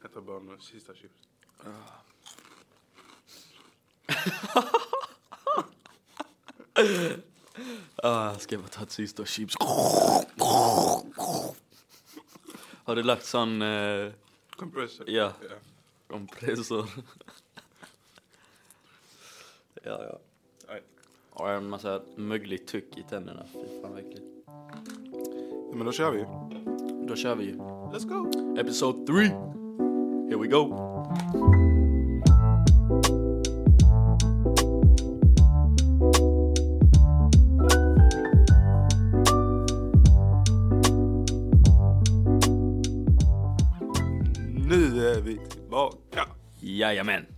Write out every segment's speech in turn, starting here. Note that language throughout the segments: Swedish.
Jag tar bara några sista chips. Ska jag bara ta ett sista chips? Har du lagt sån... Kompressor? Ja. Kompressor. Ja. Nej. Och en massa mögligt tuck i tänderna. Fy fan verkligen. Ja, men då kör vi. Då kör vi. Let's go! Episode 3. Here we go. Nu är vi tillbaka. Jajamän.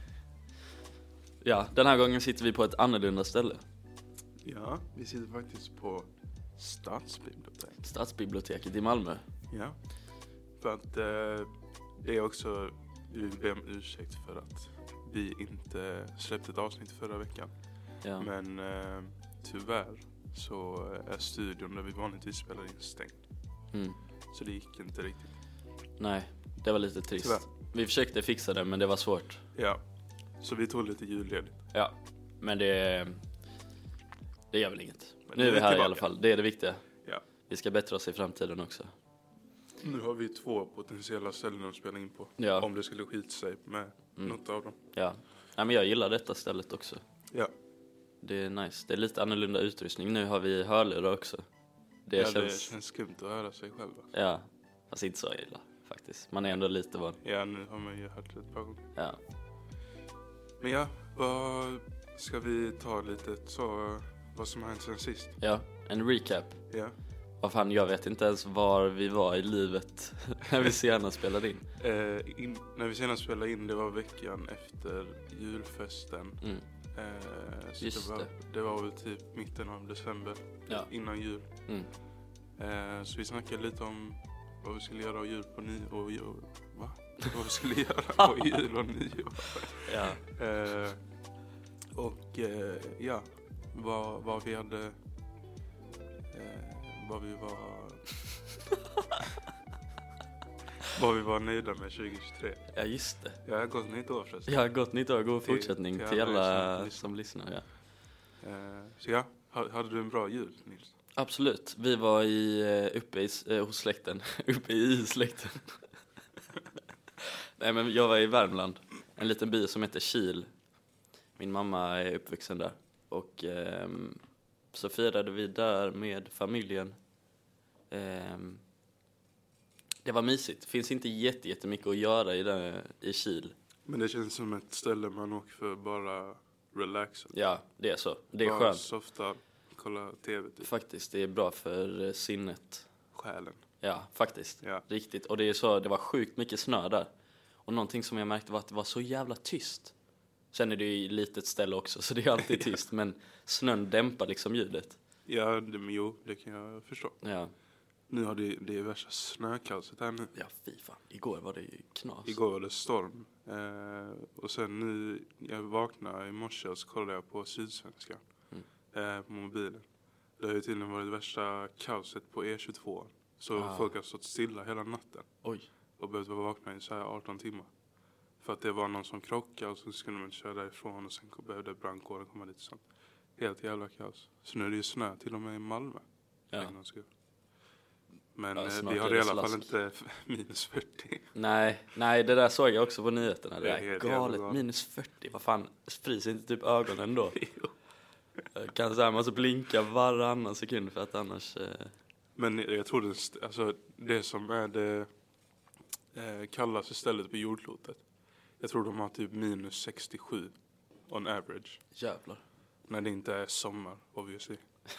Ja, den här gången sitter vi på ett annorlunda ställe. Ja, vi sitter faktiskt på Stadsbiblioteket i Malmö. Ja, för att det är också, vi vill be om ursäkt för att vi inte släppte ett avsnitt förra veckan. Ja. Men tyvärr så är studion där vi vanligtvis spelar in stängd. Så det gick inte riktigt. Nej, det var lite trist. Tyvärr. Vi försökte fixa det, men det var svårt. Ja, så vi tog lite julledigt. Ja, men det gör väl inget. Men Nu är vi här tillbaka. i alla fall, det är det viktiga. Ja. Vi ska bättra oss i framtiden också. Nu har vi 2 potentiella ställen att spela in på. Ja. Om det skulle skita sig med något av dem. Ja, nej, men jag gillar detta stället också. Ja, Det är nice, det är lite annorlunda utrustning. Nu har vi hörlurar också. Det det känns skumt att höra sig själv. Ja, fast inte så illa faktiskt. Man är ändå lite van. Ja, nu har man ju hört det ett par gånger. Ja. Men ja, vad ska vi ta lite så vad som har hänt sen sist? Ja, en recap. Ja. Vad fan, jag vet inte ens var vi var i livet när vi senast spelade in. När vi senast spelade in, det var veckan efter julfesten. Så Just det var väl typ mitten av december, Ja. innan jul. Så vi snackade lite om vad vi skulle göra av jul på vad vi skulle göra på jul och nyår. Ja. Ja, vad vi hade vad vi var nöjda med 2023. Ja, just det. Jag har gått nytt år förresten. Ja, gott nytt år, god fortsättning till alla som lyssnar. Ja. Så ja, hade du en bra jul, Nils? Absolut, vi var uppe hos släkten. Uppe i släkten. Nej, men jag var i Värmland. En liten by som heter Kil. Min mamma är uppvuxen där. Och så firade vi där med familjen. Det var mysigt. Det finns inte jättemycket att göra i Kil. Men det känns som ett ställe man åker för bara relaxa. Ja, det är så. Det är bara skönt. softa, kolla tv typ. Faktiskt, det är bra för sinnet. Själen. Ja, faktiskt. Ja. Riktigt. Och det är så, det var sjukt mycket snö där. Och någonting som jag märkte var att det var så jävla tyst. Sen är det ju ett litet ställe också, så det är alltid tyst. Men snön dämpar liksom ljudet. Ja, men det kan jag förstå. Ja. Nu har det är värsta snökaoset här nu. Ja, fy fan. Igår var det ju knas. Igår var det storm. Och sen nu, jag vaknade i morse och så kollade jag på Sydsvenska. På mobilen. Det har ju tydligen varit värsta kaoset på E22. Så folk har stått stilla hela natten. Oj. Och behövt vara vakna i så här 18 timmar. För att det var någon som krockade och så skulle man köra därifrån. Och sen behövde brandkåren komma dit. Sånt. Helt jävla kaos. Så nu är det ju snö till och med i Malmö. Ja. Men Ja, vi har i alla fall inte minus 40. Nej, det där såg jag också på nyheterna. Det är helt galet. jävla Minus 40. Vad fan, fryser inte typ ögonen då? Jag kan säga, man måste blinka varannan sekund för att annars... Men jag tror det som är det kallaste stället på jordklotet. Jag tror de har typ minus 67 on average. Jävlar. När det inte är sommar, obviously.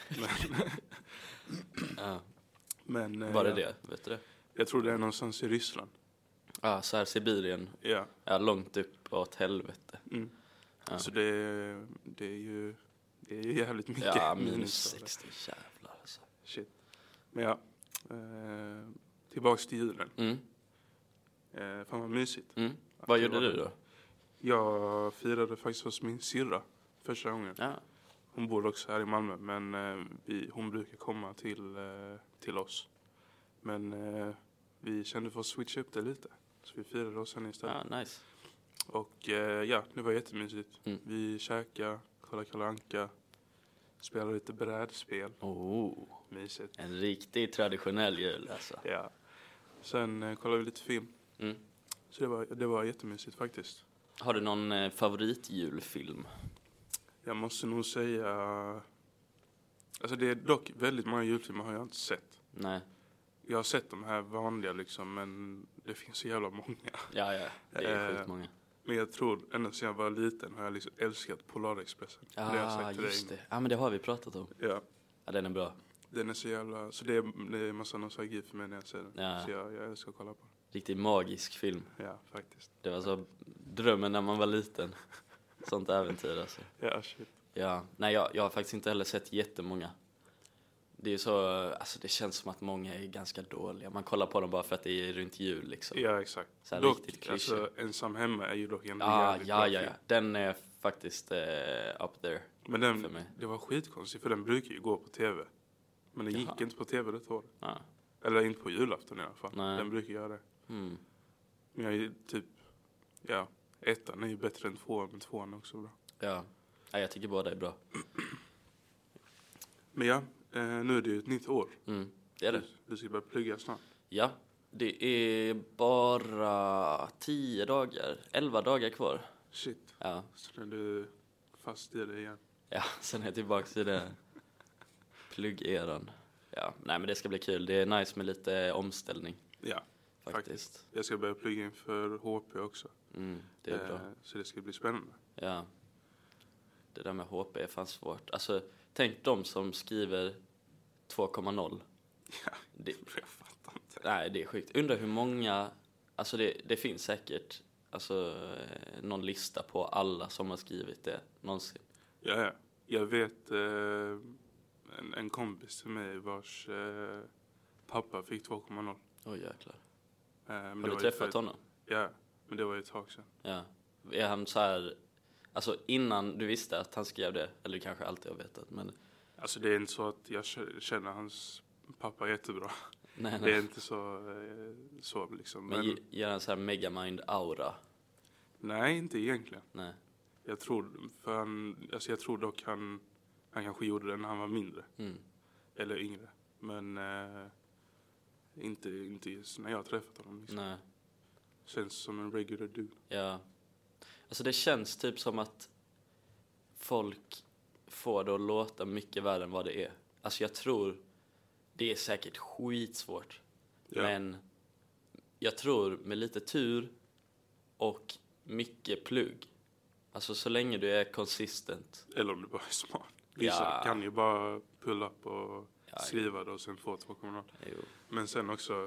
Ja. Men, Var det? Vet du det? Jag tror det är någonstans i Ryssland. Ja, så här Sibirien. Ja. Ja, långt upp åt helvete. Ja. Så det är ju jävligt mycket. Ja, minus 60, jävlar alltså. Shit. Men ja, tillbaks till julen. Fan vad mysigt. Vad gjorde du då? Jag firade faktiskt hos min syrra första gången. Ja. Hon bor också här i Malmö, men hon brukar komma till oss. Men vi kände för att switcha upp det lite. Så vi firade oss sen istället. Ja, nice. Och ja, det var jättemysigt. Mm. Vi käkade, kollade Kalle Anka, spelade lite brädspel. Mysigt. En riktigt traditionell jul alltså. Ja. Sen kollade vi lite film. Mm. Så det var jättemysigt faktiskt. Har du någon favoritjulfilm? Jag måste nog säga... Alltså det är dock väldigt många julfilmer har jag inte sett. Nej. Jag har sett de här vanliga liksom, men det finns så jävla många. Ja, det är sjukt många. Men jag tror, ända sedan jag var liten har jag liksom älskat Polarexpressen. Det har jag sagt till just dig. det. Ja, men det har vi pratat om. Ja. Ja, den är bra. Den är så jävla... Så det är massa nostalgi för mig när jag ser den. Ja. Så jag älskar att kolla på den. Riktigt magisk film. Ja, faktiskt. Det var så drömmen när man var liten. Sånt äventyr alltså. Ja, shit. Ja, nej jag har faktiskt inte heller sett jättemånga. Det är ju så, alltså det känns som att många är ganska dåliga. Man kollar på dem bara för att det är runt jul liksom. Ja, exakt. Så här Dock, riktigt klyschig. alltså, Ensam hemma är ju dock en Ja. film. Den är faktiskt up there. Men för mig. det var skitkonstigt för den brukar ju gå på tv. Men den gick Jaha. inte på tv det året. Ja. Eller inte på julafton i alla fall. Nej. Den brukar göra det. Mm. Men jag är typ, ja, ettan är ju bättre än tvåan, men tvåan är också bra. Ja, jag tycker båda är bra. Men ja, nu är det ju ett nytt år. Mm, det är det. Du ska börja plugga snart. Ja, det är bara 10 dagar, 11 dagar kvar. Shit, Ja, så är du fast i det igen. ja, sen är jag tillbaka till det pluggeran. Ja, nej men det ska bli kul. Det är nice med lite omställning Ja, faktiskt. jag ska börja plugga inför HP också. Det är bra. Så det ska bli spännande. Ja. Det där med HP är fan svårt. Alltså, tänk de som skriver 2,0. Ja, Det, jag fattar inte. nej, det är sjukt. Undrar hur många... Alltså, det finns säkert någon lista på alla som har skrivit det någonsin. Ja. Jag vet en kompis till mig vars pappa fick 2,0. Oj, jäklar. Men Har du träffat honom? Ja, men det var ju ett tag sedan. Ja. Är han så här... Alltså, innan du visste att han skrev det, eller du kanske alltid har vetat, men... Alltså det är inte så att jag känner hans pappa jättebra. Nej. Det är inte så liksom. Men ger han så här megamind-aura? Nej, inte egentligen. Nej. Jag tror dock han kanske gjorde det när han var mindre. Eller yngre. Men inte just när jag har träffat honom. Liksom. Nej. Känns som en regular dude. Ja. Alltså det känns typ som att folk får det att låta mycket värre än vad det är. Alltså jag tror det är säkert skitsvårt. Ja. Men jag tror med lite tur och mycket plugg. Alltså så länge du är consistent. Eller om du bara är smart. Vissa kan ju bara pulla upp och skriva det och sen få 2,0. Jo. Men sen också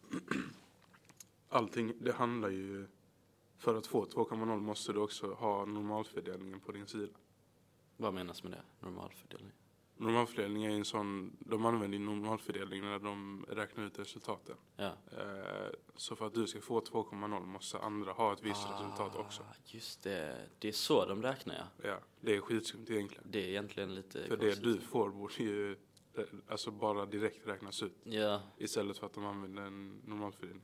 allting, det handlar ju, för att få 2,0 måste du också ha normalfördelningen på din sida. Vad menas med det? Normalfördelning? Normalfördelning är en sån, de använder ju normalfördelning när de räknar ut resultaten. Ja. Så för att du ska få 2,0 måste andra ha ett visst resultat också. Just det. Det är så de räknar, ja. Ja, det är skitskumt egentligen. Det är egentligen lite För konstigt. det du får borde ju alltså bara direkt räknas ut. Ja. Istället för att de använder en normalfördelning.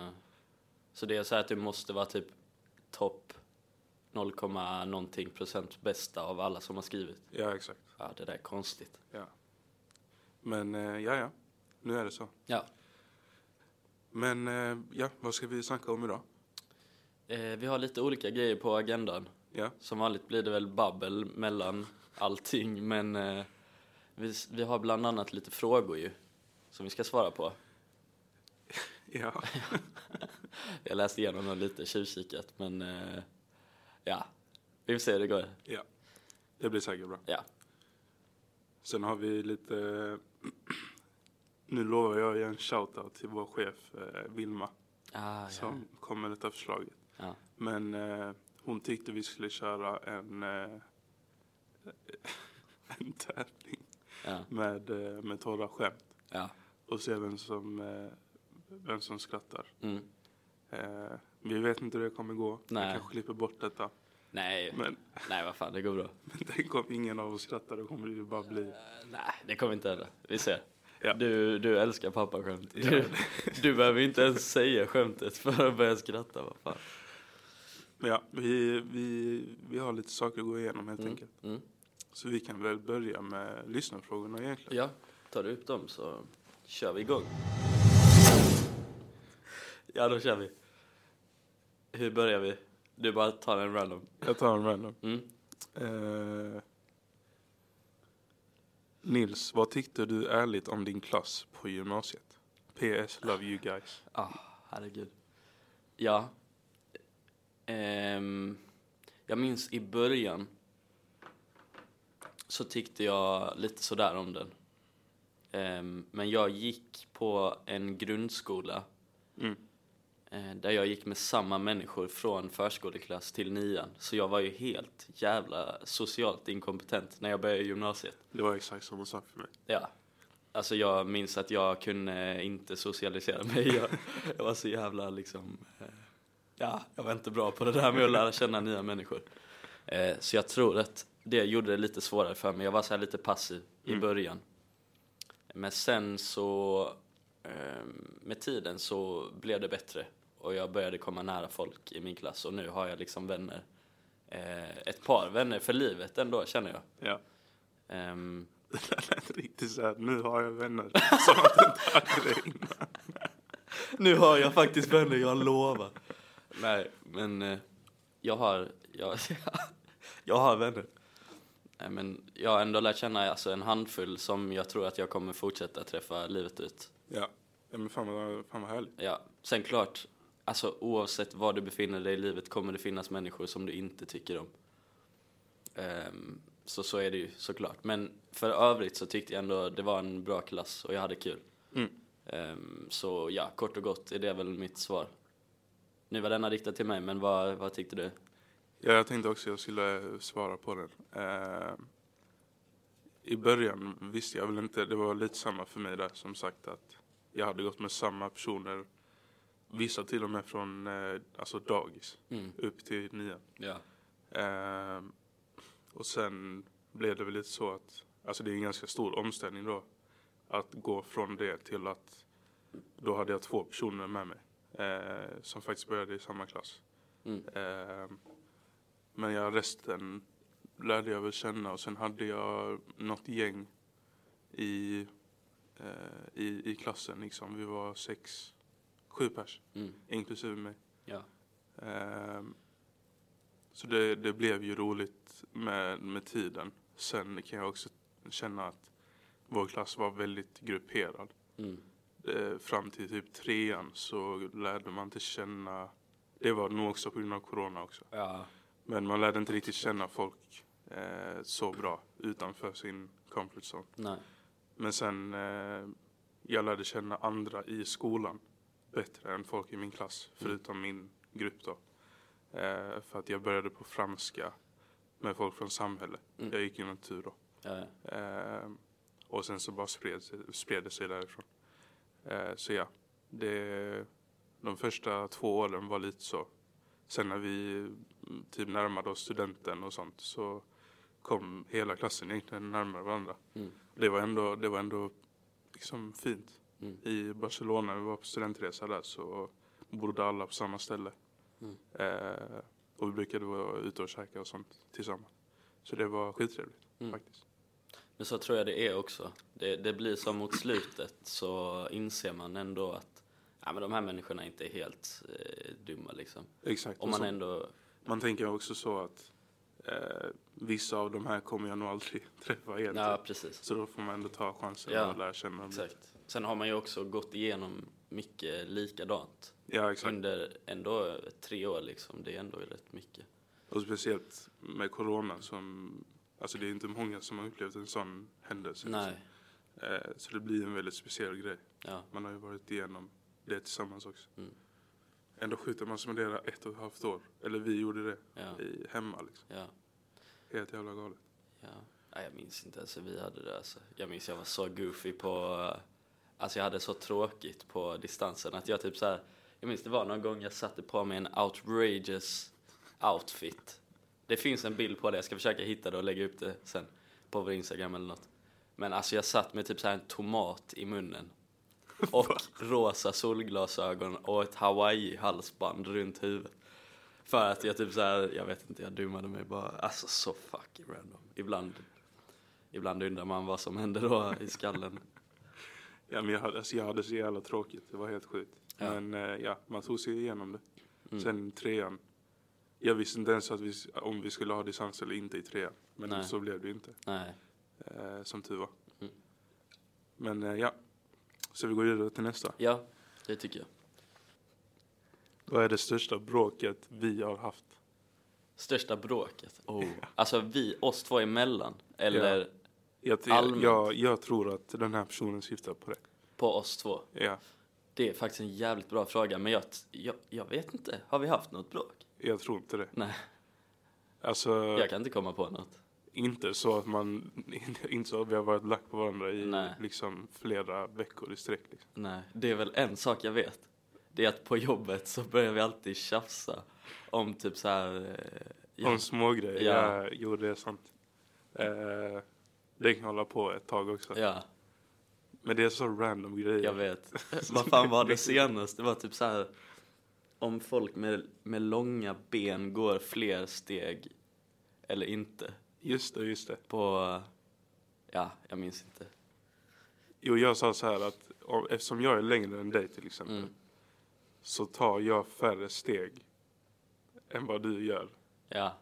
Så det är så här att du måste vara typ topp 0, någonting procent bästa av alla som har skrivit. Ja, exakt. Ja, det där är konstigt. Ja. Men ja, nu är det så. Ja. Men ja, vad ska vi snacka om idag? Vi har lite olika grejer på agendan. Ja. Som vanligt blir det väl babbel mellan allting. Men vi har bland annat lite frågor ju. Som vi ska svara på. Ja. Jag läste igenom dem lite, tjuvkikat. Men ja, vi får se hur det går. Ja, det blir säkert bra. Ja. Sen har vi lite... Nu lovar jag en shoutout till vår chef Vilma. Som kom med detta förslaget. Ja. Men hon tyckte vi skulle köra en tävling med torra skämt. Ja. Och se vem som skrattar. Vi vet inte hur det kommer gå. Nej. Vi kanske klipper bort detta. Nej, vad fan, det går bra. Men tänk om ingen av oss skrattar, då kommer det ju bara bli... Nej, det kommer inte heller. Vi ser. Ja. Du älskar pappaskämt. Ja. Du behöver inte ens säga skämtet för att börja skratta. Vad fan. Ja, vi har lite saker att gå igenom helt enkelt. Så vi kan väl börja med lyssnarfrågorna egentligen. Ja, tar du upp dem så kör vi igång. Ja, då kör vi. Hur börjar vi? Du bara tar en random. Jag tar en random. Nils, vad tyckte du ärligt om din klass på gymnasiet? PS, love you guys. Herregud. Ja. Jag minns i början så tyckte jag lite sådär om den. Men jag gick på en grundskola där jag gick med samma människor från förskoleklass till 9. Så jag var ju helt jävla socialt inkompetent när jag började gymnasiet. Det var exakt samma sak för mig. Ja. Alltså jag minns att jag kunde inte socialisera mig. Jag var så jävla liksom... jag var inte bra på det där med att lära känna nya människor. Så jag tror att det gjorde det lite svårare för mig. Jag var så här lite passiv i början. Men sen så... med tiden så blev det bättre. Och jag började komma nära folk i min klass. Och nu har jag liksom vänner. Ett par vänner för livet ändå, känner jag. Ja. Det lät riktigt så här, nu har jag vänner. Som att du inte hade det innan. Nu har jag faktiskt vänner, jag lovar. Nej, men jag har vänner. Nej, men jag har ändå lärt känna alltså, en handfull som jag tror att jag kommer fortsätta träffa livet ut. Ja, men fan vad härligt. Ja, sen klart, alltså oavsett var du befinner dig i livet kommer det finnas människor som du inte tycker om. Så är det ju såklart. Men för övrigt så tyckte jag ändå det var en bra klass och jag hade kul. Så ja, kort och gott är det väl mitt svar. Nu var denna riktad till mig, men vad tyckte du? Ja, jag tänkte också att jag skulle svara på den. I början visste jag väl inte, det var lite samma för mig där, som sagt att jag hade gått med samma personer, vissa till och med från alltså dagis upp till 9. Ja. Och sen blev det väl lite så att, alltså det är en ganska stor omställning då, att gå från det till att då hade jag 2 personer med mig som faktiskt började i samma klass. Men resten lärde jag väl känna, och sen hade jag något gäng i klassen liksom. Vi var 7 pers, inklusive mig. Ja. Så det blev ju roligt med tiden. Sen kan jag också känna att vår klass var väldigt grupperad. Fram till typ 3:an så lärde man inte känna, det var nog också på grund av corona också. Ja. Men man lärde inte riktigt känna folk så bra utanför sin comfort zone. Nej. Men sen jag lärde känna andra i skolan bättre än folk i min klass, förutom min grupp då. För att jag började på franska med folk från samhället. Jag gick i natur då. Ja. Och sen så bara spred det sig därifrån. Så ja, de första 2 åren var lite så. Sen när vi typ närmade oss studenten och sånt så kom hela klassen egentligen närmare varandra. Det var ändå liksom fint. I Barcelona, vi var på studentresa där, så bodde alla på samma ställe. Och vi brukade vara ute och käka och sånt tillsammans. Så det var skittrevligt faktiskt. Men så tror jag det är också. Det blir som mot slutet så inser man ändå att men de här människorna inte är helt dumma liksom. Exakt. Och man ändå... Man tänker också så att vissa av de här kommer jag nog aldrig träffa igen. Ja, precis. Så då får man ändå ta chansen att lära känna dem. Exakt. Sen har man ju också gått igenom mycket likadant. Ja, exakt. Under ändå 3 år liksom. Det är ändå rätt mycket. Och speciellt med corona som... Alltså det är inte många som har upplevt en sån händelse. Nej. Liksom. Så det blir en väldigt speciell grej. Ja. Man har ju varit igenom det tillsammans också. Ändå skjuter man spenderar 1,5 år. Eller vi gjorde det hemma liksom. Ja. Helt jävla galet. Ja. Nej, jag minns inte ens hur vi hade det. Alltså. Jag minns jag var så goofy på... Alltså jag hade så tråkigt på distansen att jag typ så här... Jag minns det var någon gång jag satte på mig en outrageous outfit. Det finns en bild på det. Jag ska försöka hitta det och lägga upp det sen på vår Instagram eller något. Men alltså jag satt med typ så här en tomat i munnen. Och rosa solglasögon och ett Hawaii-halsband runt huvudet. För att jag typ så här, jag vet inte, jag dummade mig bara. Alltså så fucking random. Ibland undrar man vad som händer då i skallen. Ja, men jag hade så jävla tråkigt. Det var helt sjukt. Ja. Men man tog sig igenom det. Sen 3:an. Jag visste inte ens om vi skulle ha distans eller inte i 3:an. Men Nej. så blev det ju inte. Nej. Som tur var. Men ja. Så vi går vidare till nästa. Ja, det tycker jag. Vad är det största bråket vi har haft? Största bråket? Alltså oss två emellan? Eller allmänt? Jag tror att den här personen syftar på det. På oss två? Ja. Det är faktiskt en jävligt bra fråga. Men jag vet inte. Har vi haft något bråk? Jag tror inte det. Nej. Alltså, Jag kan inte komma på något. inte så att inte så att vi har varit lack på varandra i Nej. liksom flera veckor i sträck. Liksom. Nej, det är väl en sak jag vet. Det är att på jobbet så börjar vi alltid tjafsa om typ så här. Om små grejer. Ja. Jo, det är sant. Det kan hålla på ett tag också. Ja, Men det är så random grejer. jag vet. Vad fan var det senast? Det var typ så här. Om folk med långa ben går fler steg eller inte. Just det. På, ja, jag minns inte. Jo, jag sa så här att eftersom jag är längre än dig till exempel. Så tar jag färre steg än vad du gör. Ja.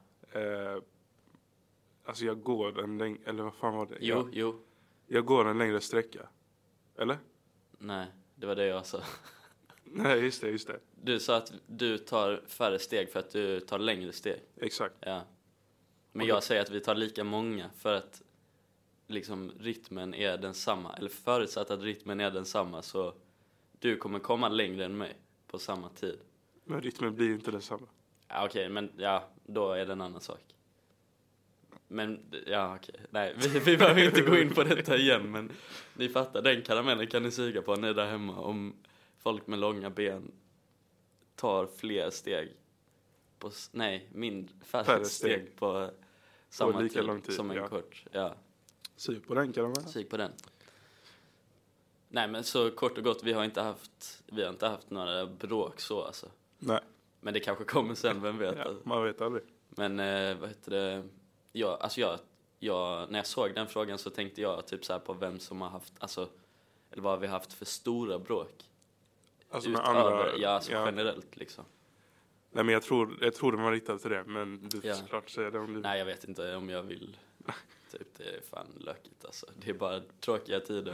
Alltså jag går en längre, eller vad fan var det? Jo. Jag går en längre sträcka. Eller? Nej, det var det jag sa. Nej, just det. Du sa att du tar färre steg för att du tar längre steg. Exakt. Ja. Men jag säger att vi tar lika många för att liksom rytmen är densamma. Eller förutsatt att rytmen är densamma så du kommer komma längre än mig på samma tid. Men rytmen blir inte densamma. Ja, okej, men ja, då är det en annan sak. Men, ja, okej. Nej, vi behöver inte gå in på detta igen, men ni fattar, den karamellen kan ni suga på när ni är där hemma. Om folk med långa ben tar fler steg på, färre steg på samma lika tid, lång tid som en kort. Ja. Sug på den karamellen. Sug på den. Nej, men så kort och gott, vi har inte haft några bråk så alltså. Nej. Men det kanske kommer sen, vem vet. Ja, man vet aldrig. Men vad heter det? När jag såg den frågan så tänkte jag typ så här på vem som har haft, alltså, eller vad vi har haft för stora bråk. Alltså med andra, generellt liksom. Nej, men jag tror den var riktad till det, men du får såklart säga det om du... Nej, jag vet inte om jag vill. Typ, det är fan lökigt alltså. Det är bara tråkiga tider.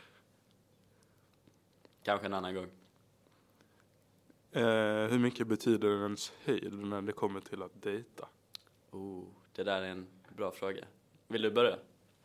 Kanske en annan gång. Hur mycket betyder ens höjd när det kommer till att dejta? Det där är en bra fråga. Vill du börja?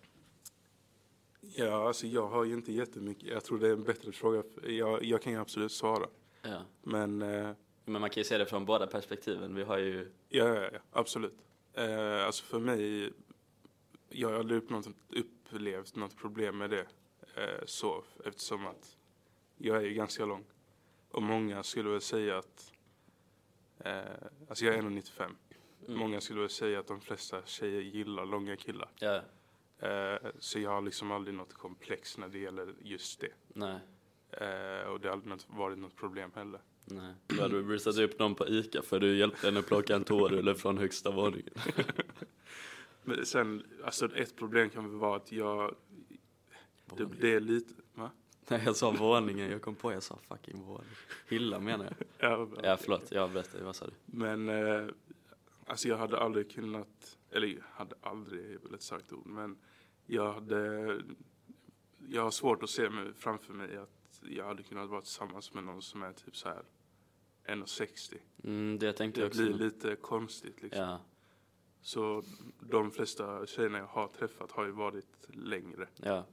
Ja, alltså jag har ju inte jättemycket. Jag tror det är en bättre fråga. Jag kan ju absolut svara. Ja. Men man kan ju se det från båda perspektiven. Vi har ju... Ja, absolut. Alltså för mig, jag har aldrig upplevt något problem med det. Så, eftersom att jag är ju ganska lång. Och många skulle väl säga att... alltså jag är 1,95. Många skulle väl säga att de flesta tjejer gillar långa killar. Ja. Så jag har liksom aldrig något komplex när det gäller just det. Nej. Och det har aldrig varit något problem heller. Nej. Du hade brusat upp någon på Ica för du hjälpte henne att plocka en tårulle från högsta våningen. Men sen, alltså ett problem kan väl vara att det är lite... Va? Nej, jag sa våningen. Jag sa fucking våning. Hylla menar jag. Ja, förlåt. Jag berättade. Vad sa du? Men alltså jag hade aldrig kunnat... Eller jag hade aldrig, är väl ett sagt ord. Men jag har svårt att se mig framför mig att jag hade kunnat vara tillsammans med någon som är typ så här 1,60. Det tänkte jag också. Det blir lite konstigt liksom. Ja. Så de flesta tjejerna jag har träffat har ju varit längre. Ja.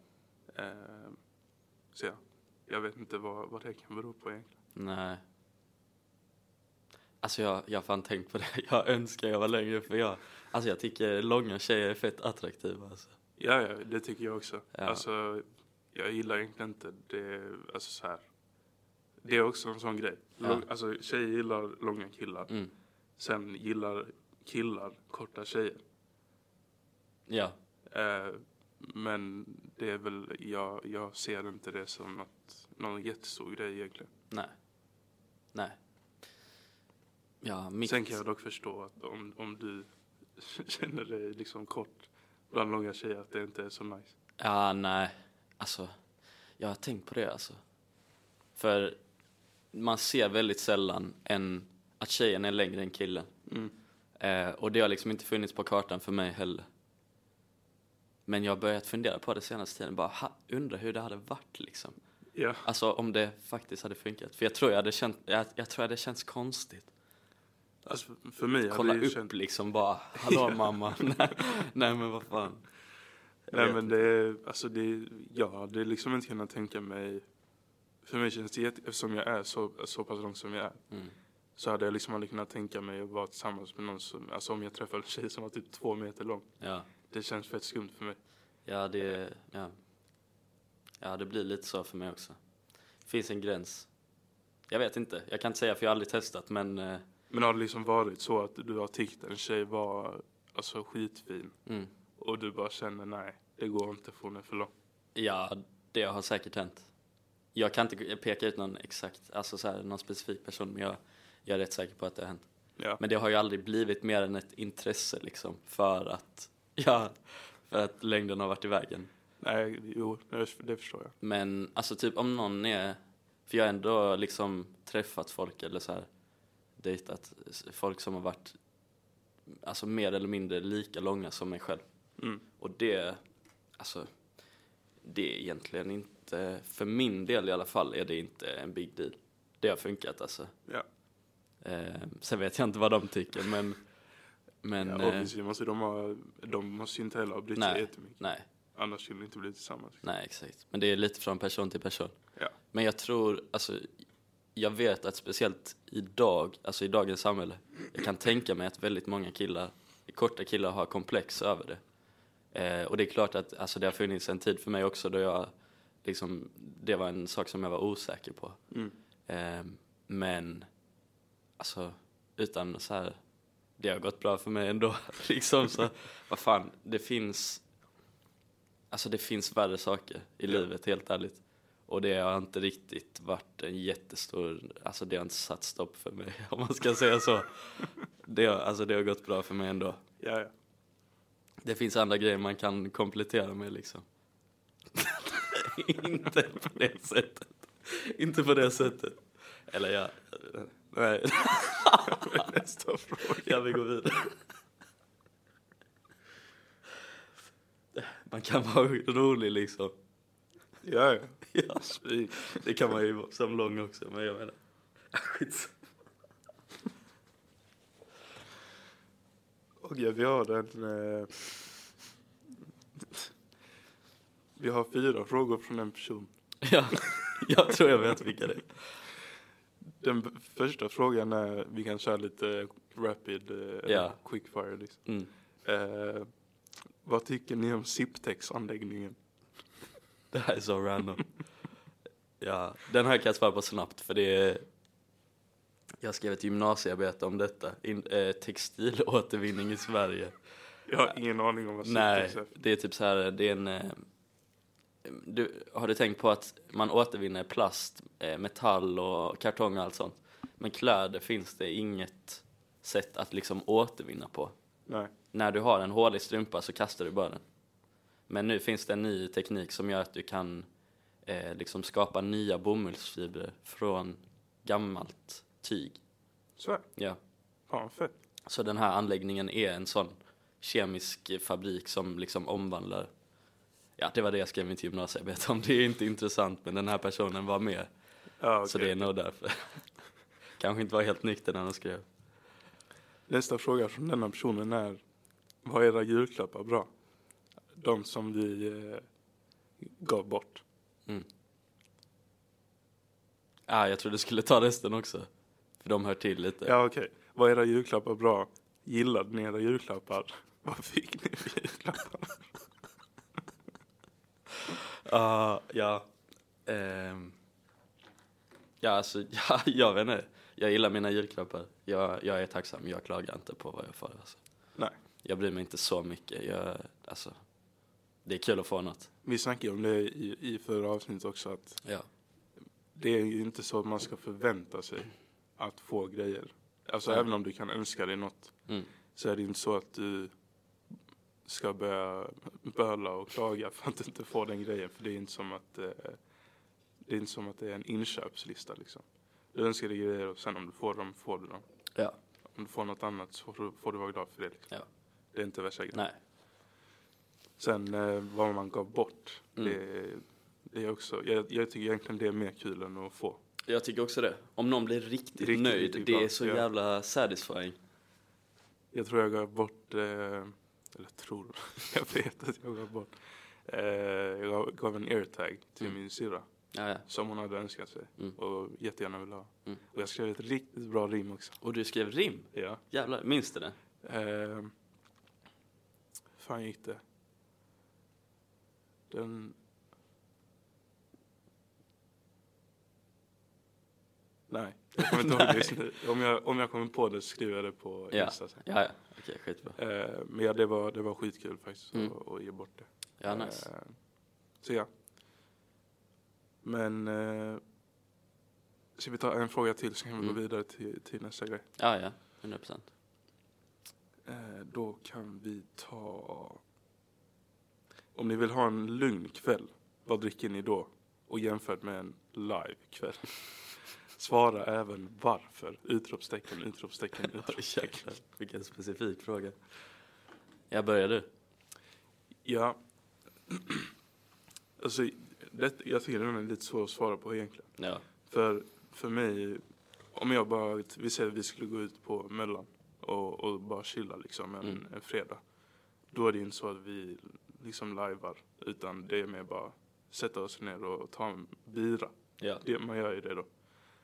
Så jag vet inte vad det kan bero på egentligen. Nej. Alltså jag har fan tänkt på det. Jag önskar jag var längre för jag tycker långa tjejer är fett attraktiva alltså. Ja, det tycker jag också. Ja. Alltså jag gillar egentligen inte det, alltså så här. Det är också en sån grej. Ja. Alltså tjejer gillar långa killar. Sen gillar killar korta tjejer. Ja. Men det är väl, jag ser inte det som någon jättestor grej egentligen. Nej. Ja, Sen kan jag dock förstå att om du känner dig liksom kort bland långa tjejer, att det inte är så nice. Ja, nej. Alltså, jag har tänkt på det alltså. För man ser väldigt sällan att tjejen är längre än killen. Och det har liksom inte funnits på kartan för mig heller. Men jag har börjat fundera på det senaste tiden. Bara undrar hur det hade varit liksom. Ja. Alltså om det faktiskt hade funkat. För jag tror jag hade känts konstigt. Alltså för mig kolla upp liksom bara, hallå mamma. nej men vad fan. Nej men det är liksom inte kunnat tänka mig. För mig känns det eftersom jag är så pass lång som jag är. Så hade jag liksom aldrig kunnat tänka mig att vara tillsammans med någon som, alltså om jag träffar en tjej som var typ 2 meter lång. Ja. Det känns fett skumt för mig. Ja, det blir lite så för mig också. Finns en gräns. Jag vet inte, jag kan inte säga för jag har aldrig testat, men har det liksom varit så att du har tyckt en tjej var alltså skitfin och du bara känner nej, det går inte för hon är för lång? Ja, det har säkert hänt. Jag kan inte peka ut någon exakt, alltså så här, någon specifik person, men jag är rätt säker på att det har hänt. Ja. Men det har ju aldrig blivit mer än ett intresse liksom för att längden har varit i vägen. Nej, jo, det förstår jag. Men alltså typ om någon är, för jag har ändå liksom träffat folk eller så här dejtat folk som har varit alltså mer eller mindre lika långa som mig själv. Och det är egentligen inte, för min del i alla fall, är det inte en big deal. Det har funkat alltså. Ja. Sen vet jag inte vad de tycker, men de måste ju inte heller ha brytt sig jättemycket. Nej. Annars skulle de inte bli tillsammans. Nej, exakt. Men det är lite från person till person. Ja. Men jag tror, alltså, jag vet att speciellt idag, alltså i dagens samhälle, jag kan tänka mig att väldigt många korta killar har komplex över det. Och det är klart att alltså, det har funnits en tid för mig också då jag liksom, det var en sak som jag var osäker på. Men alltså, utan så här, det har gått bra för mig ändå. Liksom så, vad fan, det finns värre saker i livet, helt ärligt. Och det har inte riktigt varit en jättestor, alltså det har inte satt stopp för mig, om man ska säga så. Det har gått bra för mig ändå. Ja. Det finns andra grejer man kan komplettera med liksom. Inte på det sättet. Eller nej. Nästa fråga. Jag vill gå vidare. Man kan vara rolig liksom. Ja. Det kan man ju vara som lång också, men jag menar. Skitsamma. Okej, vi har 4 frågor från en person. Ja, jag tror jag vet vilka det är. Den första frågan är, vi kan köra lite rapid, quickfire liksom. Vad tycker ni om Ziptex-anläggningen? Det här är så random. Ja, den här kan jag svara på snabbt, för det är... Jag skrev ett gymnasiearbete om detta. Textilåtervinning i Sverige. Jag har ingen aning om vad Ziptex är. Nej, det är typ så här, det är en... har du tänkt på att man återvinner plast, metall och kartong och allt sånt? Men kläder finns det inget sätt att liksom återvinna på. Nej. När du har en hålig strumpa så kastar du bara den. Men nu finns det en ny teknik som gör att du kan liksom skapa nya bomullsfibrer från gammalt tyg. Så? Ja. Ja, fett. Så den här anläggningen är en sån kemisk fabrik som liksom omvandlar. Ja, det var det jag skrev mitt gymnasiearbete om. Det är inte intressant, men den här personen var med. Ja, okay. Så det är nog därför. Kanske inte var helt nykter när han skrev. Nästa fråga från denna personen är: vad är era julklappar bra? De som vi gav bort. Jag tror du skulle ta resten också. För de hör till lite. Ja, okej. Vad är era julklappar bra? Gillade ni era julklappar? Vad fick ni för julklappar? Jag vet inte. Jag gillar mina julklappar. Jag är tacksam. Jag klagar inte på vad jag får. Alltså. Nej. Jag bryr mig inte så mycket. Det är kul att få något. Vi snackade om det i förra avsnittet också, att Ja. det är ju inte så att man ska förvänta sig att få grejer. Alltså även om du kan önska dig något, så är det inte så att du ska börja böla och klaga för att du inte får den grejen. För det är inte som att det är en inköpslista liksom. Du önskar dig grejer och sen om du får dem, får du dem. Ja. Om du får något annat så får du vara glad för det liksom. Ja. Det är inte värsta grejen. Nej. Sen vad man gav bort, det är också, jag tycker egentligen det är mer kul än att få. Jag tycker också det. Om någon blir riktigt nöjd, riktigt det är glad. så Ja. jävla satisfying. Jag tror jag gav bort, eller tror, jag vet att jag gav bort. Jag gav en airtag till min syrra. Ja. Som hon hade önskat sig. Och jättegärna ville ha. Och jag skrev ett riktigt bra rim också. Och du skrev rim? Ja. Jävlar, minns du det? Fan gick det? Nej, jag kommer inte ihåg det just nu. Om jag kommer på det skriver jag det på Insta sen. Ja. Okej, skitbra. Men ja, det var skitkul faktiskt att ge bort det. Ja, nice. Så ja. Men ska vi ta en fråga till så kan vi gå vidare till nästa grej. Ja, 100%. Då kan vi ta... Om ni vill ha en lugn kväll, vad dricker ni då? Och jämfört med en live-kväll. Svara även varför. Utropstecken. Vilken specifik fråga. Jag börjar du. Ja. Alltså, jag tycker den är lite svår att svara på egentligen. Ja. För mig, om jag bara, vi säger att vi skulle gå ut på Möllan och bara chilla liksom en fredag. Då är det inte så att vi liksom livear, utan det är mer bara sätta oss ner och ta en bira. Ja. Man gör ju det då.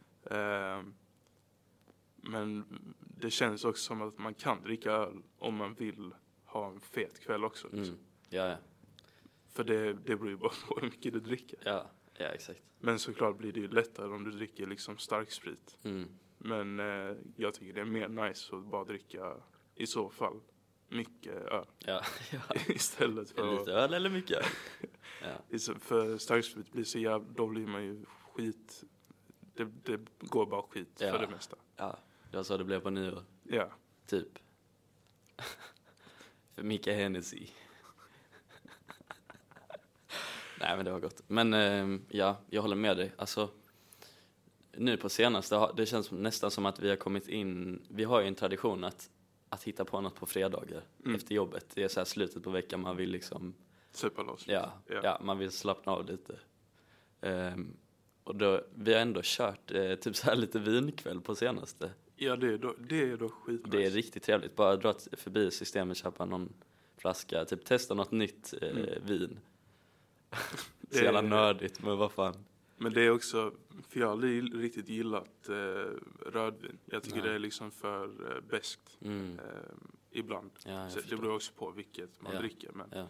Men det känns också som att man kan dricka öl om man vill ha en fet kväll också. Liksom. Ja. För det beror ju bara på hur mycket du dricker. Ja, exakt. Men såklart blir det ju lättare om du dricker liksom starksprit. Men jag tycker det är mer nice att bara dricka i så fall mycket öl. Ja. Istället för lite öl eller mycket öl? Ja. För starksprit blir så jävla, då blir man ju skit. Det går bara skit för det mesta. Ja, det var så det blev på nyår. Ja. Typ. För Mika Hennessy. Nej, men det var gott. Men ja, jag håller med dig. Alltså, nu på senaste, det känns nästan som att vi har kommit in. Vi har ju en tradition att hitta på något på fredagar efter jobbet. Det är så här slutet på veckan, man vill liksom Släppa loss. Ja, man vill slappna av lite. Och då, vi har ändå kört typ så här lite vinkväll på senaste. Ja, det är då skitnice. Det är riktigt trevligt. Bara dra förbi systemet, köpa någon flaska, typ testa något nytt vin. Så jävla nördigt, men vad fan. Men det är också, för jag har aldrig riktigt gillat rödvin. Jag tycker det är liksom för beskt ibland. Ja, så det beror också på vilket man dricker. Men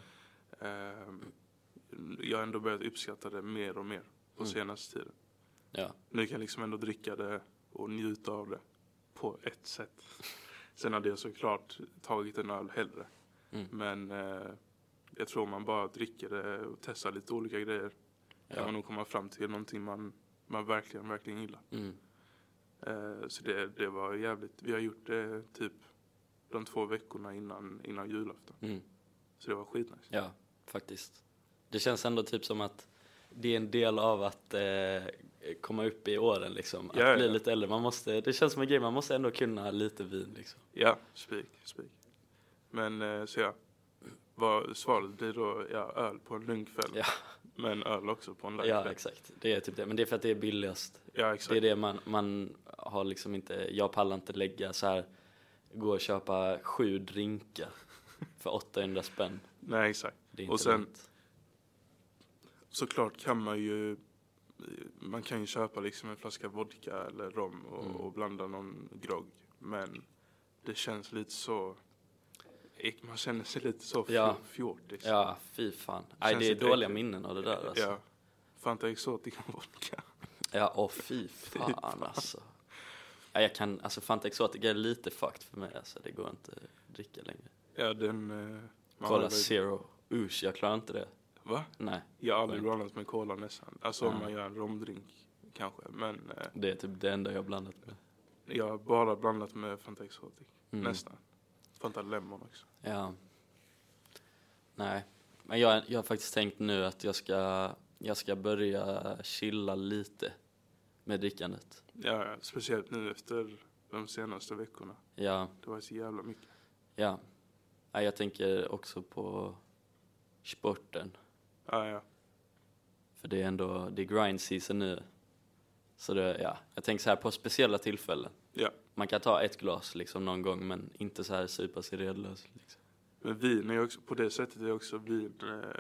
jag har ändå börjat uppskatta det mer och mer på senaste tiden. Ja. Nu kan jag liksom ändå dricka det och njuta av det på ett sätt. Sen hade jag såklart tagit en öl hellre. Men jag tror man bara dricker det och testar lite olika grejer. Kan man nog komma fram till någonting man verkligen gillar. Så det var jävligt. Vi har gjort det typ de 2 veckorna innan julafton. Så det var skitnice. Ja, faktiskt. Det känns ändå typ som att det är en del av att komma upp i åren liksom. Att bli lite äldre. Det känns som en grej, man måste ändå kunna lite vin liksom. Ja, spik. Men så vad svaret blir då, öl på en lugn kväll. Ja. Men öl också på en lugn kväll. Ja, exakt. Det är typ det. Men det är för att det är billigast. Ja, exakt. Det är det man har liksom inte, jag pallar inte lägga så här, gå och köpa 7 drinkar för 800 spänn. Nej, exakt. Det är inte och sen lätt. Såklart kan man kan ju köpa liksom en flaska vodka eller rom och blanda någon grogg. Men det känns lite så, man känner sig lite så fjortis. Ja, fy fan. Nej, det är dåliga minnen av det där alltså. Ja, Fanta Exotica vodka. Ja, fy fan alltså. Ja, Fanta Exotica är lite fucked för mig alltså. Det går inte att dricka längre. Ja, den... Kolla Zero. Usch, jag klarar inte det. Va? Nej. Jag har aldrig blandat med cola nästan. Alltså om man gör en romdrink kanske. Men Det är typ det enda jag har blandat med. jag har bara blandat med Fanta Exotic. Nästan. Fanta Lemon också. Ja. Nej. Men jag har faktiskt tänkt nu att jag ska börja chilla lite med drickandet. Ja, speciellt nu efter de senaste veckorna. Ja. Det var så jävla mycket. Ja. Ja, jag tänker också på sporten. Ja. För det är grind season nu. Så jag tänker så här på speciella tillfällen. Ja. Man kan ta ett glas liksom någon gång, men inte så här supa sig redlös liksom. Men vin är också, på det sättet är också vin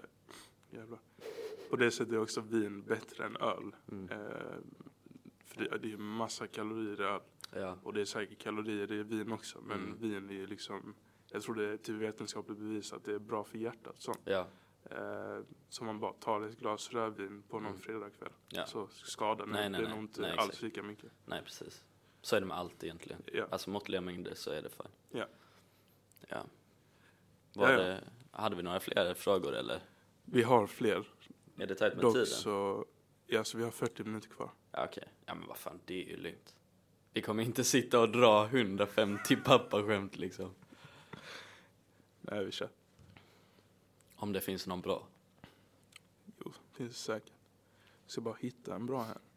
på det sättet är också vin bättre än öl. För det är ju massa kalorier i öl. Ja. Och det är säkert kalorier i vin också. Men vin är ju liksom, jag tror det är till vetenskapligt bevis att det är bra för hjärtat. Sånt. Ja. Så man bara tar ett glas rödvin på någon fredagkväll. Ja. Så skadar det nog inte alls lika mycket. Nej, precis. Så är det med allt egentligen. Ja. Alltså måttliga mängder så är det fan. Ja. Hade vi några fler frågor eller? Vi har fler. Är det tajt med Dock tiden? så vi har 40 minuter kvar. Ja, okej. Ja, men vad fan, det är ju lugnt. Vi kommer inte sitta och dra 150 pappaskämt liksom. Nej, vi kör. Om det finns någon bra. Jo, finns det säkert. Jag ska bara hitta en bra här.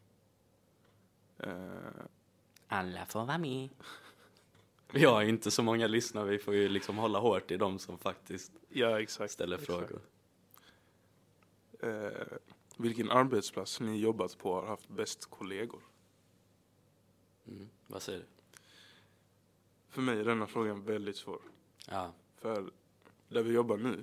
Alla får vara med. Vi har inte så många lyssnare. Vi får ju liksom hålla hårt i dem som faktiskt ställer frågor. Vilken arbetsplats ni jobbat på har haft bäst kollegor? Vad säger du? För mig är denna frågan väldigt svår. Ja. För där vi jobbar nu